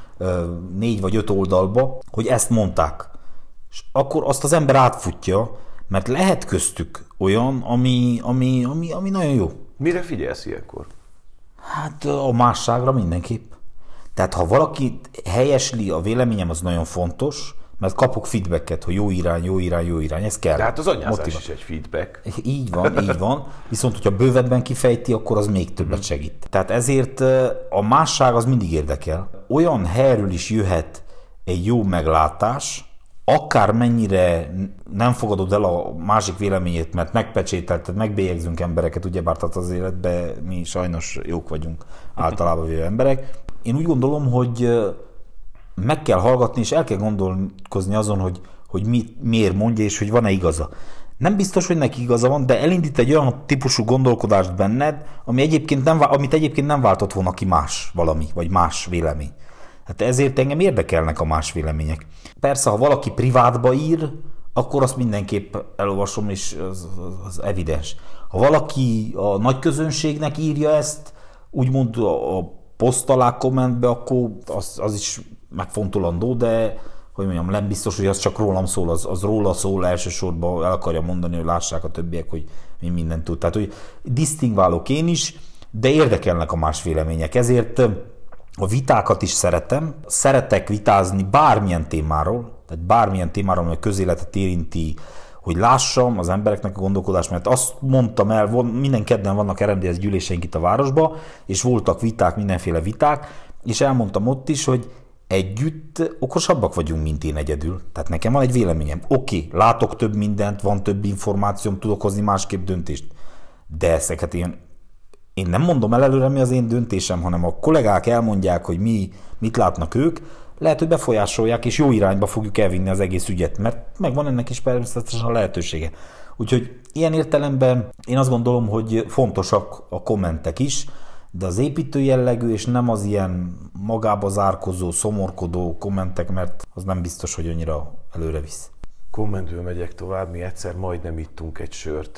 4 vagy 5 oldalba, hogy ezt mondták. És akkor azt az ember átfutja, mert lehet köztük olyan, ami nagyon jó. Mire figyelsz ilyenkor? Hát a másságra mindenképp. Tehát ha valaki helyesli, a véleményem az nagyon fontos, Mert kapok feedbacket, hogy jó irány, ez kell. De hát az anyázás is egy feedback. Így van. Viszont, hogyha bővebben kifejti, akkor az még többet segít. Tehát ezért a másság az mindig érdekel. Olyan helyről is jöhet egy jó meglátás, akár mennyire nem fogadod el a másik véleményét, mert megpecsételted, megbélyegzünk embereket, ugyebár tehát az életben mi sajnos jók vagyunk általában véve emberek. Én úgy gondolom, hogy meg kell hallgatni, és el kell gondolkozni azon, hogy miért mondja, és hogy van-e igaza. Nem biztos, hogy neki igaza van, de elindít egy olyan típusú gondolkodást benned, amit egyébként nem váltott volna ki más valami, vagy más vélemény. Hát ezért engem érdekelnek a más vélemények. Persze, ha valaki privátba ír, akkor azt mindenképp elolvasom, és az evidens. Ha valaki a nagy közönségnek írja ezt, úgymond a poszt alá kommentbe, akkor az is megfontolandó, de hogy mondjam, nem biztos, hogy az csak rólam szól, az róla szól elsősorban, el akarja mondani, hogy lássák a többiek, hogy mi mindent tud. Tehát, hogy disztingválok én is, de érdekelnek a más vélemények. Ezért a vitákat is szeretek vitázni bármilyen témáról, ami a közéletet érinti, hogy lássam az embereknek a gondolkodást, mert azt mondtam el, minden kedden vannak RMDS gyűléseink itt a városban, és voltak viták, mindenféle viták, és elmondtam ott is, hogy együtt okosabbak vagyunk, mint én egyedül. Tehát nekem van egy véleményem. Oké, látok több mindent, van több információm, tudok hozni másképp döntést. De ezeket én nem mondom el előre, mi az én döntésem, hanem a kollégák elmondják, hogy mit látnak ők, lehet, hogy befolyásolják, és jó irányba fogjuk elvinni az egész ügyet, mert megvan ennek is természetesen a lehetősége. Úgyhogy ilyen értelemben én azt gondolom, hogy fontosak a kommentek is, de az építő jellegű, és nem az ilyen magába zárkozó, szomorkodó kommentek, mert az nem biztos, hogy annyira előre visz. Kommentből megyek tovább, mi egyszer majdnem ittunk egy sört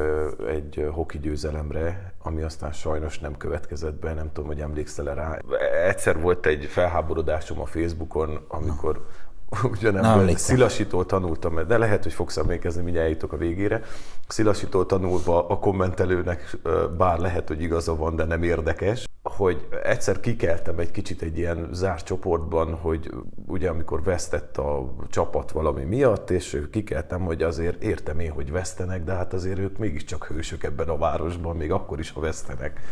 egy hoki győzelemre, ami aztán sajnos nem következett be, nem tudom, hogy emlékszel rá. Egyszer volt egy felháborodásom a Facebookon, amikor ugyanebből Szilasitól tanultam, de lehet, hogy fogsz emlékezni, mindjárt eljutok a végére. Szilasitól tanulva a kommentelőnek, bár lehet, hogy igaza van, de nem érdekes, hogy egyszer kikeltem egy kicsit egy ilyen zárt csoportban, hogy ugye amikor vesztett a csapat valami miatt, és kikeltem, hogy azért értem én, hogy vesztenek, de hát azért ők mégiscsak hősök ebben a városban, még akkor is, ha vesztenek.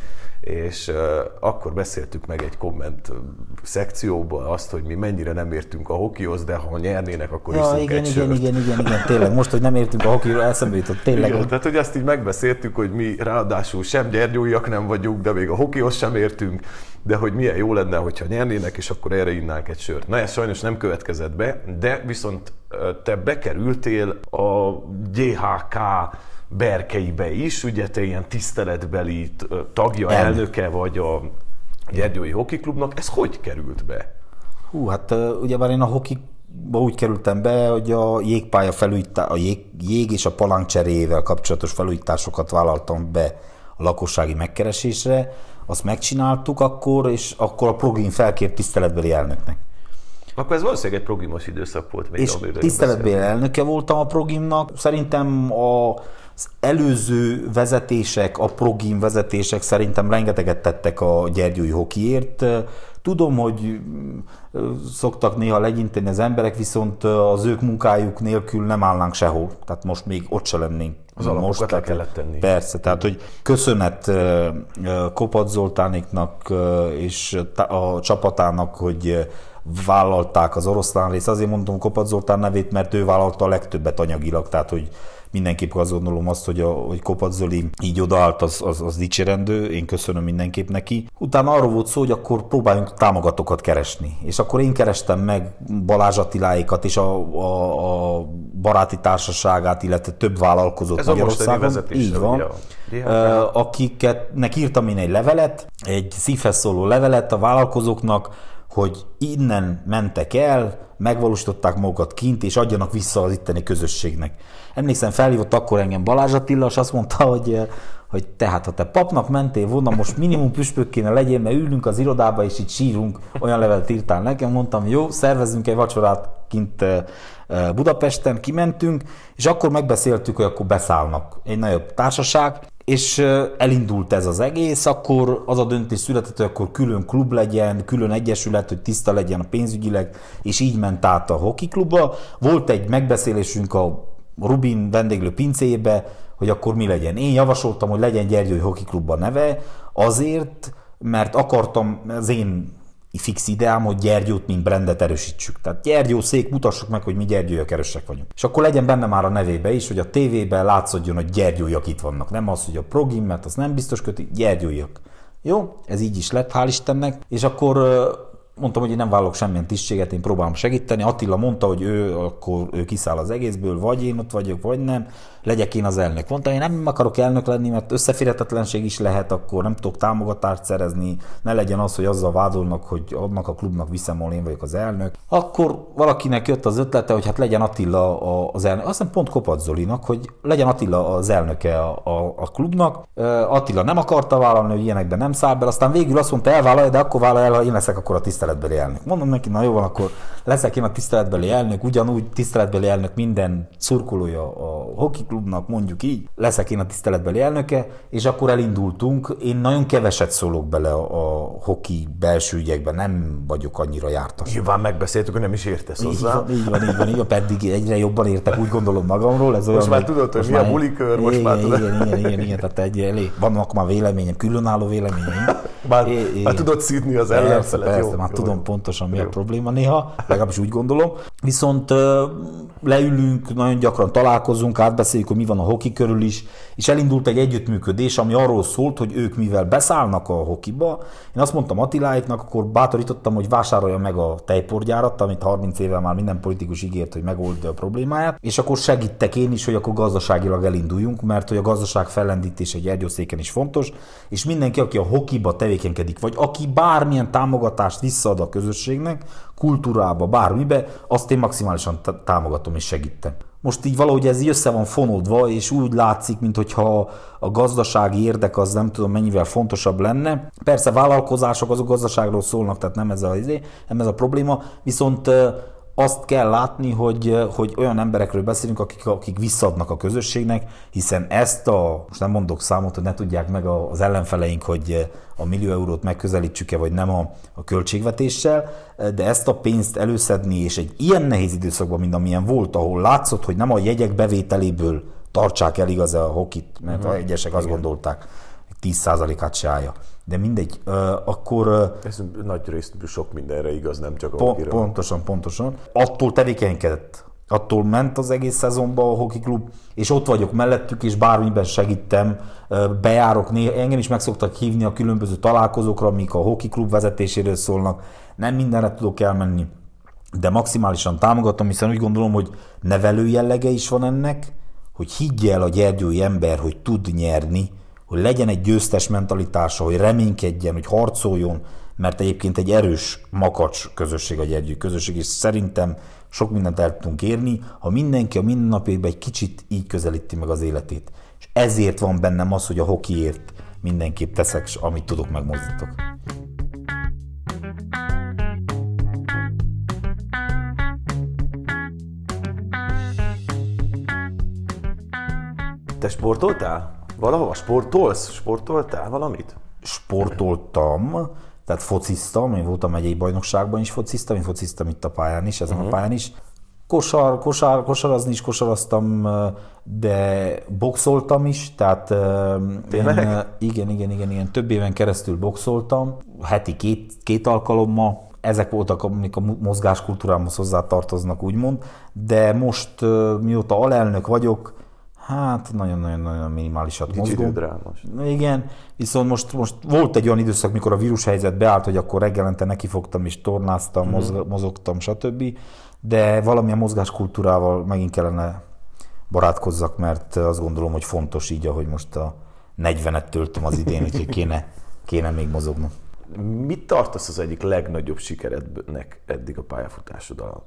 És akkor beszéltük meg egy komment szekcióban azt, hogy mi mennyire nem értünk a hokihoz, de ha nyernének, akkor iszunk egy sört. Igen, tényleg. Most, hogy nem értünk a hokiról, eszembe jutott, tényleg. Igen, tehát, hogy azt így megbeszéltük, hogy mi ráadásul sem gyergyóiak nem vagyunk, de még a hokihoz sem értünk, de hogy milyen jó lenne, hogyha nyernének, és akkor erre innánk egy sört. Na, ez sajnos nem következett be, de viszont te bekerültél a GHK berkeibe is, ugye te ilyen tiszteletbeli tagja, elnöke vagy a Gyergyói Hoki Klubnak, ez hogy került be? Hát ugyebár én a hokiba úgy kerültem be, hogy a jégpálya a jég és a palánk cseréjével kapcsolatos felújításokat vállaltam be a lakossági megkeresésre, azt megcsináltuk akkor, és akkor a Progim felkért tiszteletbeli elnöknek. Akkor ez valószínűleg egy progimos időszak volt még. És tiszteletbeli elnöke voltam a Progimnak. Szerintem az előző vezetések, a Progim vezetések szerintem rengeteget tettek a gyergyói hokiért. Tudom, hogy szoktak néha legyinteni az emberek, viszont az ők munkájuk nélkül nem állnánk sehol. Tehát most még ott se lennénk. Az alapokat le kellett tenni. Persze, tehát hogy köszönet Kopasz Zoltánéknak és a csapatának, hogy vállalták az oroszlán részt. Azért mondtam Kopasz Zoltán nevét, mert ő vállalta a legtöbbet anyagilag, tehát hogy mindenképp azt gondolom azt, hogy Kopasz Zoli így odaállt, az dicsérendő, én köszönöm mindenképp neki. Utána arról volt szó, hogy akkor próbáljunk támogatókat keresni. És akkor én kerestem meg Balázs Attiláékat és a baráti társaságát, illetve több vállalkozót Magyarországon. Így van. Akiknek írtam én egy levelet, egy szívhez szóló levelet a vállalkozóknak, hogy innen mentek el, megvalósították magukat kint, és adjanak vissza az itteni közösségnek. Emlékszem, felhívott akkor engem Balázs Attila, és azt mondta, hogy tehát, ha te papnak mentél volna, most minimum püspök kéne legyél, mert ülünk az irodába, és itt sírunk, olyan levelet írtál nekem, mondtam, jó, szervezzünk egy vacsorát kint Budapesten, kimentünk, és akkor megbeszéltük, hogy akkor beszállnak egy nagyobb társaság, és elindult ez az egész, akkor az a döntés született, hogy akkor külön klub legyen, külön egyesület, hogy tiszta legyen a pénzügyileg, és így ment át a hokiklubba. Volt egy megbeszélésünk a Rubin vendéglő pincéjébe, hogy akkor mi legyen. Én javasoltam, hogy legyen Gyergyói Hokiklubba neve, azért, mert akartam, az én fix ideám, hogy Gyergyót, mint brandet erősítsük. Tehát Gyergyó szék, mutassuk meg, hogy mi gyergyóiak erősek vagyunk. És akkor legyen benne már a nevébe is, hogy a tévében látszódjon, hogy gyergyóiak itt vannak. Nem az, hogy a progim, mert az nem biztos köti, gyergyóiak. Jó, ez így is lett, hál' Istennek. És akkor mondtam, hogy én nem vállalok semmilyen tisztséget, én próbálom segíteni. Attila mondta, hogy ő kiszáll az egészből, vagy én ott vagyok, vagy nem. Legyek én az elnök. Mondta, én nem akarok elnök lenni, mert összeférhetetlenség is lehet, akkor nem tudok támogatást szerezni, ne legyen az, hogy azzal vádolnak, hogy adnak a klubnak viszemol, én vagyok az elnök. Akkor valakinek jött az ötlete, hogy hát legyen Attila az elnök. Azt hiszem pont Kopacs Zolinak, hogy legyen Attila az elnöke a klubnak. Attila nem akarta vállalni, hogy ilyenekben nem száll be, aztán végül azt mondta, elvállalja, de akkor vállalja el, ha én leszek akkor a tiszteletbeli elnök. Mondom neki, na jó van, akkor leszek én a tiszteletbeli elnök, ugyanúgy tiszteletbeli elnök minden szurkolója a hokiklubnak, mondjuk így, leszek én a tiszteletbeli elnöke, és akkor elindultunk. Én nagyon keveset szólok bele a hoki belső ügyekben, nem vagyok annyira jártas. Nyilván megbeszéltük, hogy nem is értesz hozzá. Így van, pedig egyre jobban értek, úgy gondolom magamról. Ez most olyan, már tudod, hogy mi a bulikör, most már tudod. Igen, tehát elég. Vannak már véleményem, különálló véleményeim. Már tudod szídni az ellenfelet. Persze, már tudom pontosan mi a probléma néha, legalábbis úgy gondolom. Viszont leülünk, nagyon gyakran találkozunk, átbeszéljük, hogy mi van a hoki körül is, és elindult egy együttműködés, ami arról szólt, hogy ők mivel beszállnak a hokiba, én azt mondtam Attiláiknak, akkor bátorítottam, hogy vásárolja meg a tejporgyárat, amit 30 éve már minden politikus ígért, hogy megoldja a problémáját, és akkor segítek én is, hogy akkor gazdaságilag elinduljunk, mert hogy a gazdaság fellendítése Gyergyószéken is fontos, és mindenki, aki a hokiba tevékenykedik, vagy aki bármilyen támogatást visszaad a közösségnek, kultúrába, bármibe, azt én maximálisan támogatom és segítem. Most így valahogy ez így össze van fonódva, és úgy látszik, mintha a gazdasági érdek az nem tudom mennyivel fontosabb lenne. Persze vállalkozások azok gazdaságról szólnak, tehát nem ez a probléma, viszont azt kell látni, hogy olyan emberekről beszélünk, akik visszaadnak a közösségnek, hiszen most nem mondok számot, hogy ne tudják meg az ellenfeleink, hogy a millió eurót megközelítsük-e, vagy nem a költségvetéssel, de ezt a pénzt előszedni, és egy ilyen nehéz időszakban, mint amilyen volt, ahol látszott, hogy nem a jegyek bevételéből tartsák el igaz a hokit, mert a egyesek azt gondolták, 10%-át se állja. De mindegy, akkor... Ez nagy részt sok mindenre igaz, nem csak a hokira. Pontosan. Attól tevékenykedett. Attól ment az egész szezonban a hokiklub, és ott vagyok mellettük, és bármiben segítem, bejárok, engem is meg szoktak hívni a különböző találkozókra, amik a hokiklub vezetéséről szólnak. Nem mindenre tudok elmenni, de maximálisan támogatom, hiszen úgy gondolom, hogy nevelő jellege is van ennek, hogy higgye el a gyergyói ember, hogy tud nyerni, hogy legyen egy győztes mentalitása, hogy reménykedjen, hogy harcoljon, mert egyébként egy erős, makacs közösség a gyergyói közösség, és szerintem sok mindent el tudunk érni, ha mindenki a mindennapjaiban egy kicsit így közelíti meg az életét. És ezért van bennem az, hogy a hokiért mindenképp teszek, és amit tudok, megmozdítok. Te sportoltál? Valahova Sportoltál valamit? Sportoltam, tehát fociztam, én voltam megyei bajnokságban is fociztam, én fociztam itt a pályán is, ezen a pályán is. Kosarazni is kosaraztam, de boxoltam is, tehát igen, több éven keresztül boxoltam, heti két alkalommal. Ezek voltak, amik a mozgáskultúrámhoz hozzátartoznak, úgymond, de most mióta alelnök vagyok, hát nagyon-nagyon minimálisat mozgom. Drámos. Igen, viszont most volt egy olyan időszak, mikor a vírushelyzet beállt, hogy akkor reggelente nekifogtam és tornáztam, mozogtam, stb. De valamilyen mozgáskultúrával megint kellene barátkozzak, mert azt gondolom, hogy fontos így, ahogy most a 40-et töltöm az idén, úgyhogy kéne még mozognom. Mit tartasz az egyik legnagyobb sikerednek eddig a pályafutásod alatt?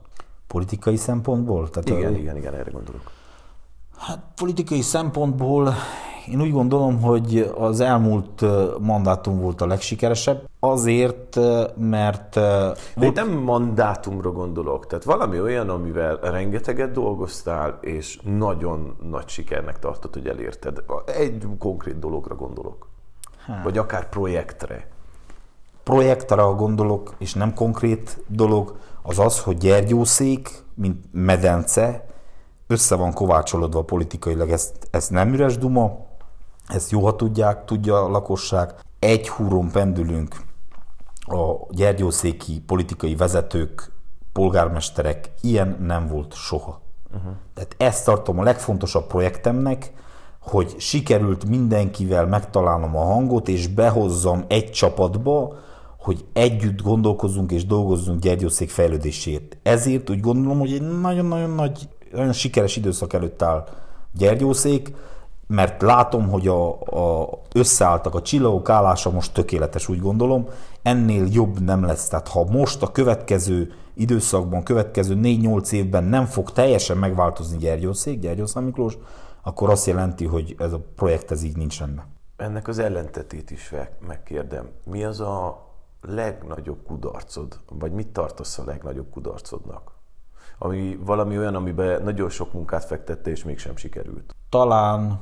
Politikai szempontból? Tehát igen, erre gondolok. Hát politikai szempontból Én úgy gondolom, hogy az elmúlt mandátum volt a legsikeresebb, azért, mert... De itt nem mandátumra gondolok, tehát valami olyan, amivel rengeteget dolgoztál, és nagyon nagy sikernek tartod, hogy elérted. Egy konkrét dologra gondolok. Vagy akár projektre. Projektre gondolok, és nem konkrét dolog, az az, hogy Gyergyószék, mint medence, össze van kovácsolódva politikailag. Ez nem üres duma, ezt jó, ha tudja a lakosság. Egy húron pendülünk a gyergyószéki politikai vezetők, polgármesterek, ilyen nem volt soha. Tehát ezt tartom a legfontosabb projektemnek, hogy sikerült mindenkivel megtalálnom a hangot, és behozzam egy csapatba, hogy együtt gondolkozzunk és dolgozzunk Gyergyószék fejlődését. Ezért úgy gondolom, hogy egy nagyon sikeres időszak előtt áll Gyergyószék, mert látom, hogy összeálltak, a csillagok állása most tökéletes, úgy gondolom, ennél jobb nem lesz. Tehát ha most a következő időszakban, következő 4-8 évben nem fog teljesen megváltozni Gyergyószám Miklós, akkor azt jelenti, hogy ez a projekt ez így nincs rendben. Ennek az ellentetét is megkérdem. Mi az a legnagyobb kudarcod, vagy mit tartasz a legnagyobb kudarcodnak? Ami valami olyan, amiben nagyon sok munkát fektette, és mégsem sikerült. Talán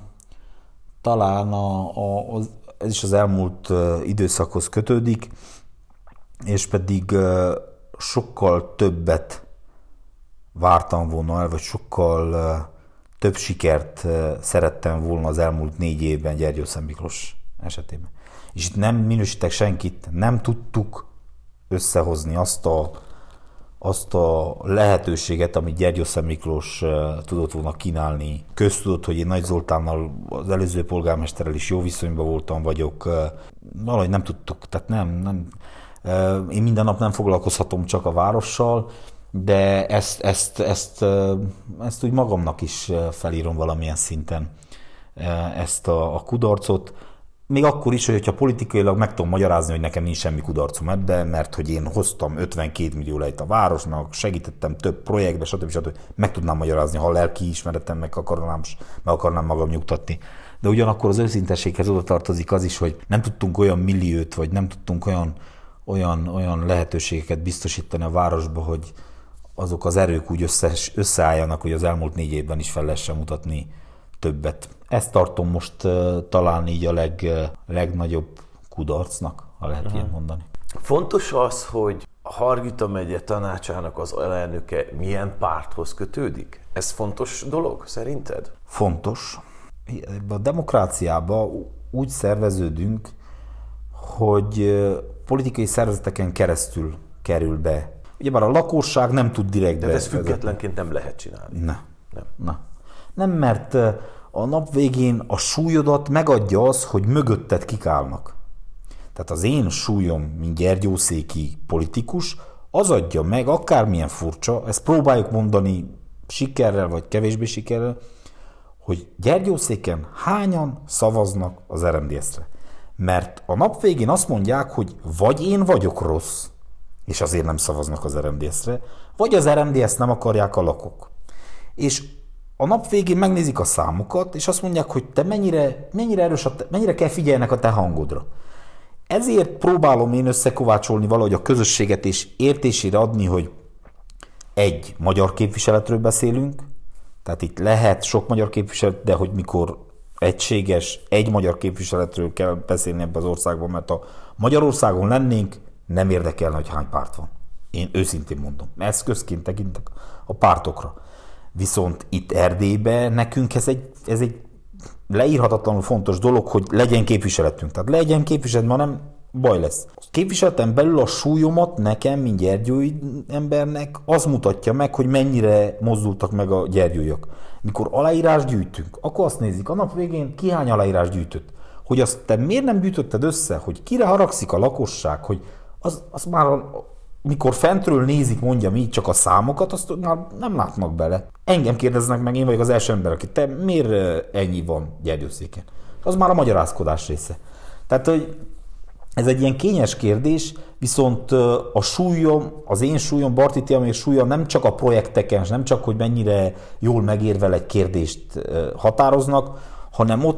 ez is az elmúlt időszakhoz kötődik, és pedig sokkal többet vártam volna el, vagy sokkal több sikert szerettem volna az elmúlt 4 évben Gyergyószám Miklós esetében. És itt nem minősítek senkit, nem tudtuk összehozni azt a lehetőséget, amit Gyergyószám Miklós tudott volna kínálni. Köztudott, hogy én Nagy Zoltánnal, az előző polgármesterrel is jó viszonyban vagyok. Valahogy nem tudtuk, tehát nem. Én minden nap nem foglalkozhatom csak a várossal, de ezt úgy magamnak is felírom valamilyen szinten, ezt a kudarcot. Még akkor is, hogyha politikailag meg tudom magyarázni, hogy nekem nincs semmi kudarcom ebben, mert hogy én hoztam 52 millió lejt a városnak, segítettem több projektbe, stb. Meg tudnám magyarázni, ha lelkiismeretem meg akarnám magam nyugtatni. De ugyanakkor az őszintességhez oda tartozik az is, hogy nem tudtunk olyan milliót, vagy nem tudtunk olyan lehetőségeket biztosítani a városba, hogy azok az erők úgy összeálljanak, hogy az elmúlt 4 évben is fel lehessen mutatni többet. Ezt tartom most talán így a legnagyobb kudarcnak, ha lehet ilyen mondani. Fontos az, hogy a Hargita megye tanácsának az alelnöke milyen párthoz kötődik? Ez fontos dolog szerinted? Fontos. A demokráciában úgy szerveződünk, hogy politikai szervezeteken keresztül kerül be. Ugyebár a lakosság nem tud direktbe. De ezt függetlenként nem lehet csinálni. Nem, mert a nap végén a súlyodat megadja az, hogy mögötted kik állnak. Tehát az én súlyom, mint gyergyószéki politikus, az adja meg, akármilyen furcsa, ezt próbáljuk mondani sikerrel vagy kevésbé sikerrel, hogy Gyergyószéken hányan szavaznak az RMDSZ-re. Mert a nap végén azt mondják, hogy vagy én vagyok rossz, és azért nem szavaznak az RMDSZ-re, vagy az RMDSZ nem akarják a lakók. És a nap végén megnézik a számokat, és azt mondják, hogy te mennyire erős, mennyire kell figyeljenek a te hangodra. Ezért próbálom én összekovácsolni valahogy a közösséget, és értésére adni, hogy egy magyar képviseletről beszélünk, tehát itt lehet sok magyar képviselet, de hogy mikor egységes, egy magyar képviseletről kell beszélni ebben az országban, mert ha Magyarországon lennénk, nem érdekelne, hogy hány párt van. Én őszintén mondom. Eszközként tekintek a pártokra. Viszont itt Erdélyben nekünk ez egy leírhatatlanul fontos dolog, hogy legyen képviseletünk. Tehát legyen képviselet, ma nem baj lesz. A képviseleten belül a súlyomat nekem, mint gyergyói embernek, az mutatja meg, hogy mennyire mozdultak meg a gyergyóiak. Mikor aláírás gyűjtünk, akkor azt nézik, a nap végén ki hány aláírás gyűjtött. Hogy azt te miért nem gyűjtötted össze, hogy kire haragszik a lakosság, hogy az már mikor fentről nézik, mondjam így, csak a számokat, azt már nem látnak bele. Engem kérdeznek meg, én vagyok az első ember, aki te miért ennyi van Gyergyószéken? Az már a magyarázkodás része. Tehát, hogy ez egy ilyen kényes kérdés, viszont a súlyom, az én súlyom, Barti Tiamé súlya nem csak a projekteken, nem csak, hogy mennyire jól megérvel egy kérdést határoznak, hanem ott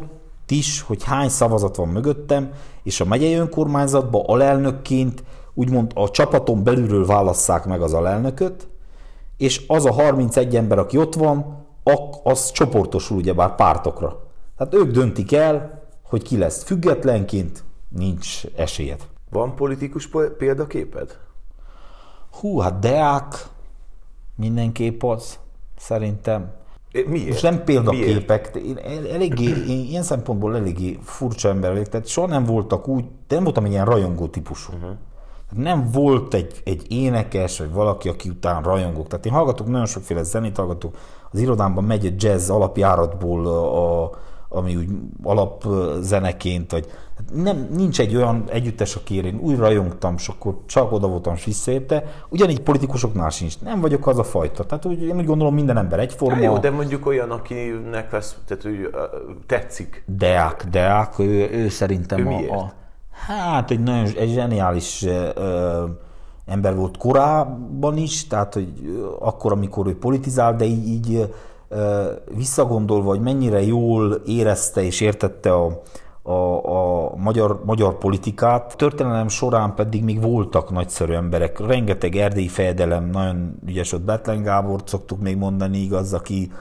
is, hogy hány szavazat van mögöttem, és a megyei önkormányzatban alelnökként úgymond a csapaton belülről válasszák meg az alelnököt, és az a 31 ember, aki ott van, az csoportosul ugyebár pártokra. Tehát ők döntik el, hogy ki lesz függetlenként, nincs esélyed. Van politikus példaképed? Hát Deák mindenképp az, szerintem. Miért? Most nem példaképek, én ilyen szempontból eléggé furcsa ember vagyok, tehát soha nem voltak úgy, de nem voltam egy ilyen rajongó típusú. Nem volt egy énekes, vagy valaki, aki után rajongok. Tehát én hallgatok nagyon sokféle zenét, hallgatok. Az irodámban megy egy jazz alapjáratból, ami úgy alapzeneként, vagy nincs egy olyan együttes, akire én úgy rajongtam, és akkor csak oda voltam, és visszaérte. Ugyanígy politikusoknál sincs. Nem vagyok az a fajta. Tehát én úgy gondolom, minden ember egyforma. Jó, de mondjuk olyan, akinek lesz, tehát úgy tetszik. Deák, ő szerintem ő miért? Hát egy zseniális ember volt korában is, tehát hogy akkor, amikor ő politizál, de így visszagondolva, hogy mennyire jól érezte és értette a magyar politikát. Történelem során pedig még voltak nagyszerű emberek, rengeteg erdélyi fejedelem, nagyon ügyes ott Bethlen Gábort szoktuk még mondani, igaz, aki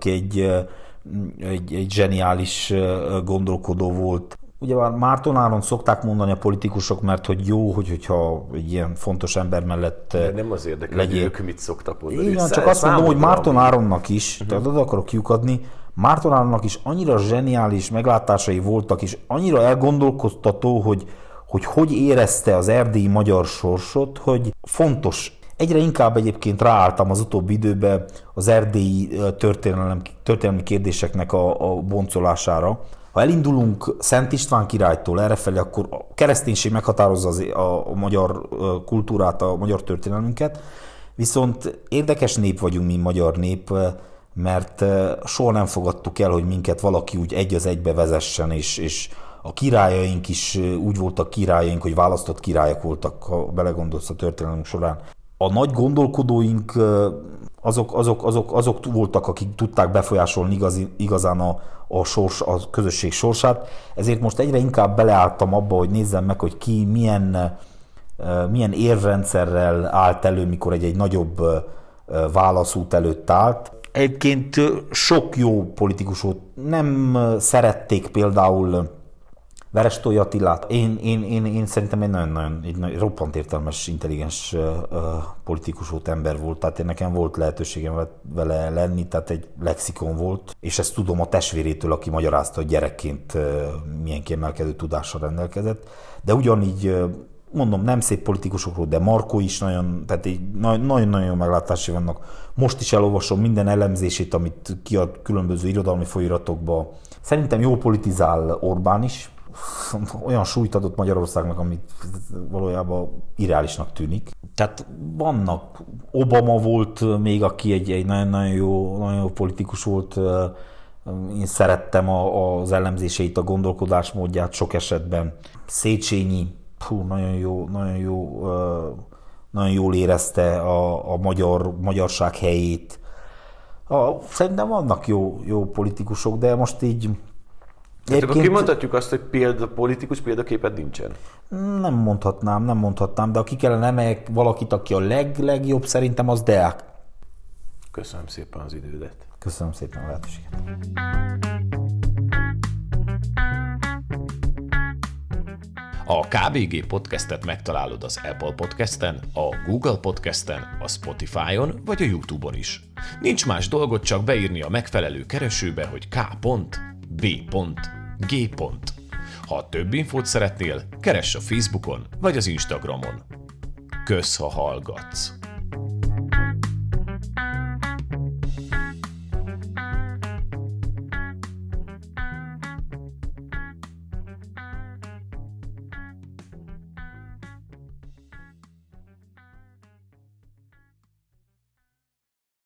egy zseniális gondolkodó volt. Ugye már Márton Áron szokták mondani a politikusok, mert hogy jó, hogyha egy ilyen fontos ember mellett de nem az érdekel, hogy ők mit szoktak mondani. Igen, csak azt mondom, hogy Márton Áronnak is, tehát oda akarok kiukadni, Márton Áronnak is annyira zseniális meglátásai voltak, és annyira elgondolkoztató, hogy érezte az erdélyi magyar sorsot, hogy fontos. Egyre inkább egyébként ráálltam az utóbbi időben az erdélyi történelmi kérdéseknek a boncolására. Ha elindulunk Szent István királytól errefelé, akkor a kereszténység meghatározza a magyar kultúrát, a magyar történelmünket, viszont érdekes nép vagyunk mi, magyar nép, mert soha nem fogadtuk el, hogy minket valaki úgy egy az egybe vezessen, és a királyaink is úgy voltak királyaink, hogy választott királyok voltak, ha belegondolsz a történelmünk során. A nagy gondolkodóink azok voltak, akik tudták befolyásolni igazán a közösség sorsát, ezért most egyre inkább beleálltam abba, hogy nézzem meg, hogy ki milyen érvrendszerrel állt elő, mikor egy nagyobb válaszút előtt állt. Egyébként sok jó politikusot nem szerették például Verestói Attilát. Én szerintem egy roppant értelmes, intelligens politikus volt, ember volt, tehát nekem volt lehetőségem vele lenni, tehát egy lexikon volt, és ezt tudom a testvérétől, aki magyarázta, hogy gyerekként milyen kiemelkedő tudással rendelkezett, de ugyanígy mondom, nem szép politikusokról, de Markó is tehát nagyon-nagyon jó meglátásai vannak. Most is elolvasom minden elemzését, amit kiad különböző irodalmi folyóiratokba. Szerintem jól politizál Orbán is, olyan súlyt adott Magyarországnak, amit valójában irreálisnak tűnik. Tehát vannak, Obama volt még, aki egy nagyon jó jó politikus volt, én szerettem az elemzéseit, a gondolkodásmódját sok esetben. Széchenyi, nagyon jól érezte a magyarság helyét. Szerintem vannak jó politikusok, de most így... Tehát akkor kimondhatjuk azt, hogy politikus példaképed nincsen? Nem mondhatnám, de aki kellene emeljek valakit, aki a legjobb, szerintem az Deák. Köszönöm szépen az idődet. Köszönöm szépen a lehetőséget. A KBG podcastet megtalálod az Apple Podcasten, a Google Podcasten, a Spotify-on vagy a YouTube-on is. Nincs más dolgot, csak beírni a megfelelő keresőbe, hogy k.b.g. Ha több infót szeretnél, keress a Facebookon vagy az Instagramon. Kösz, ha hallgatsz!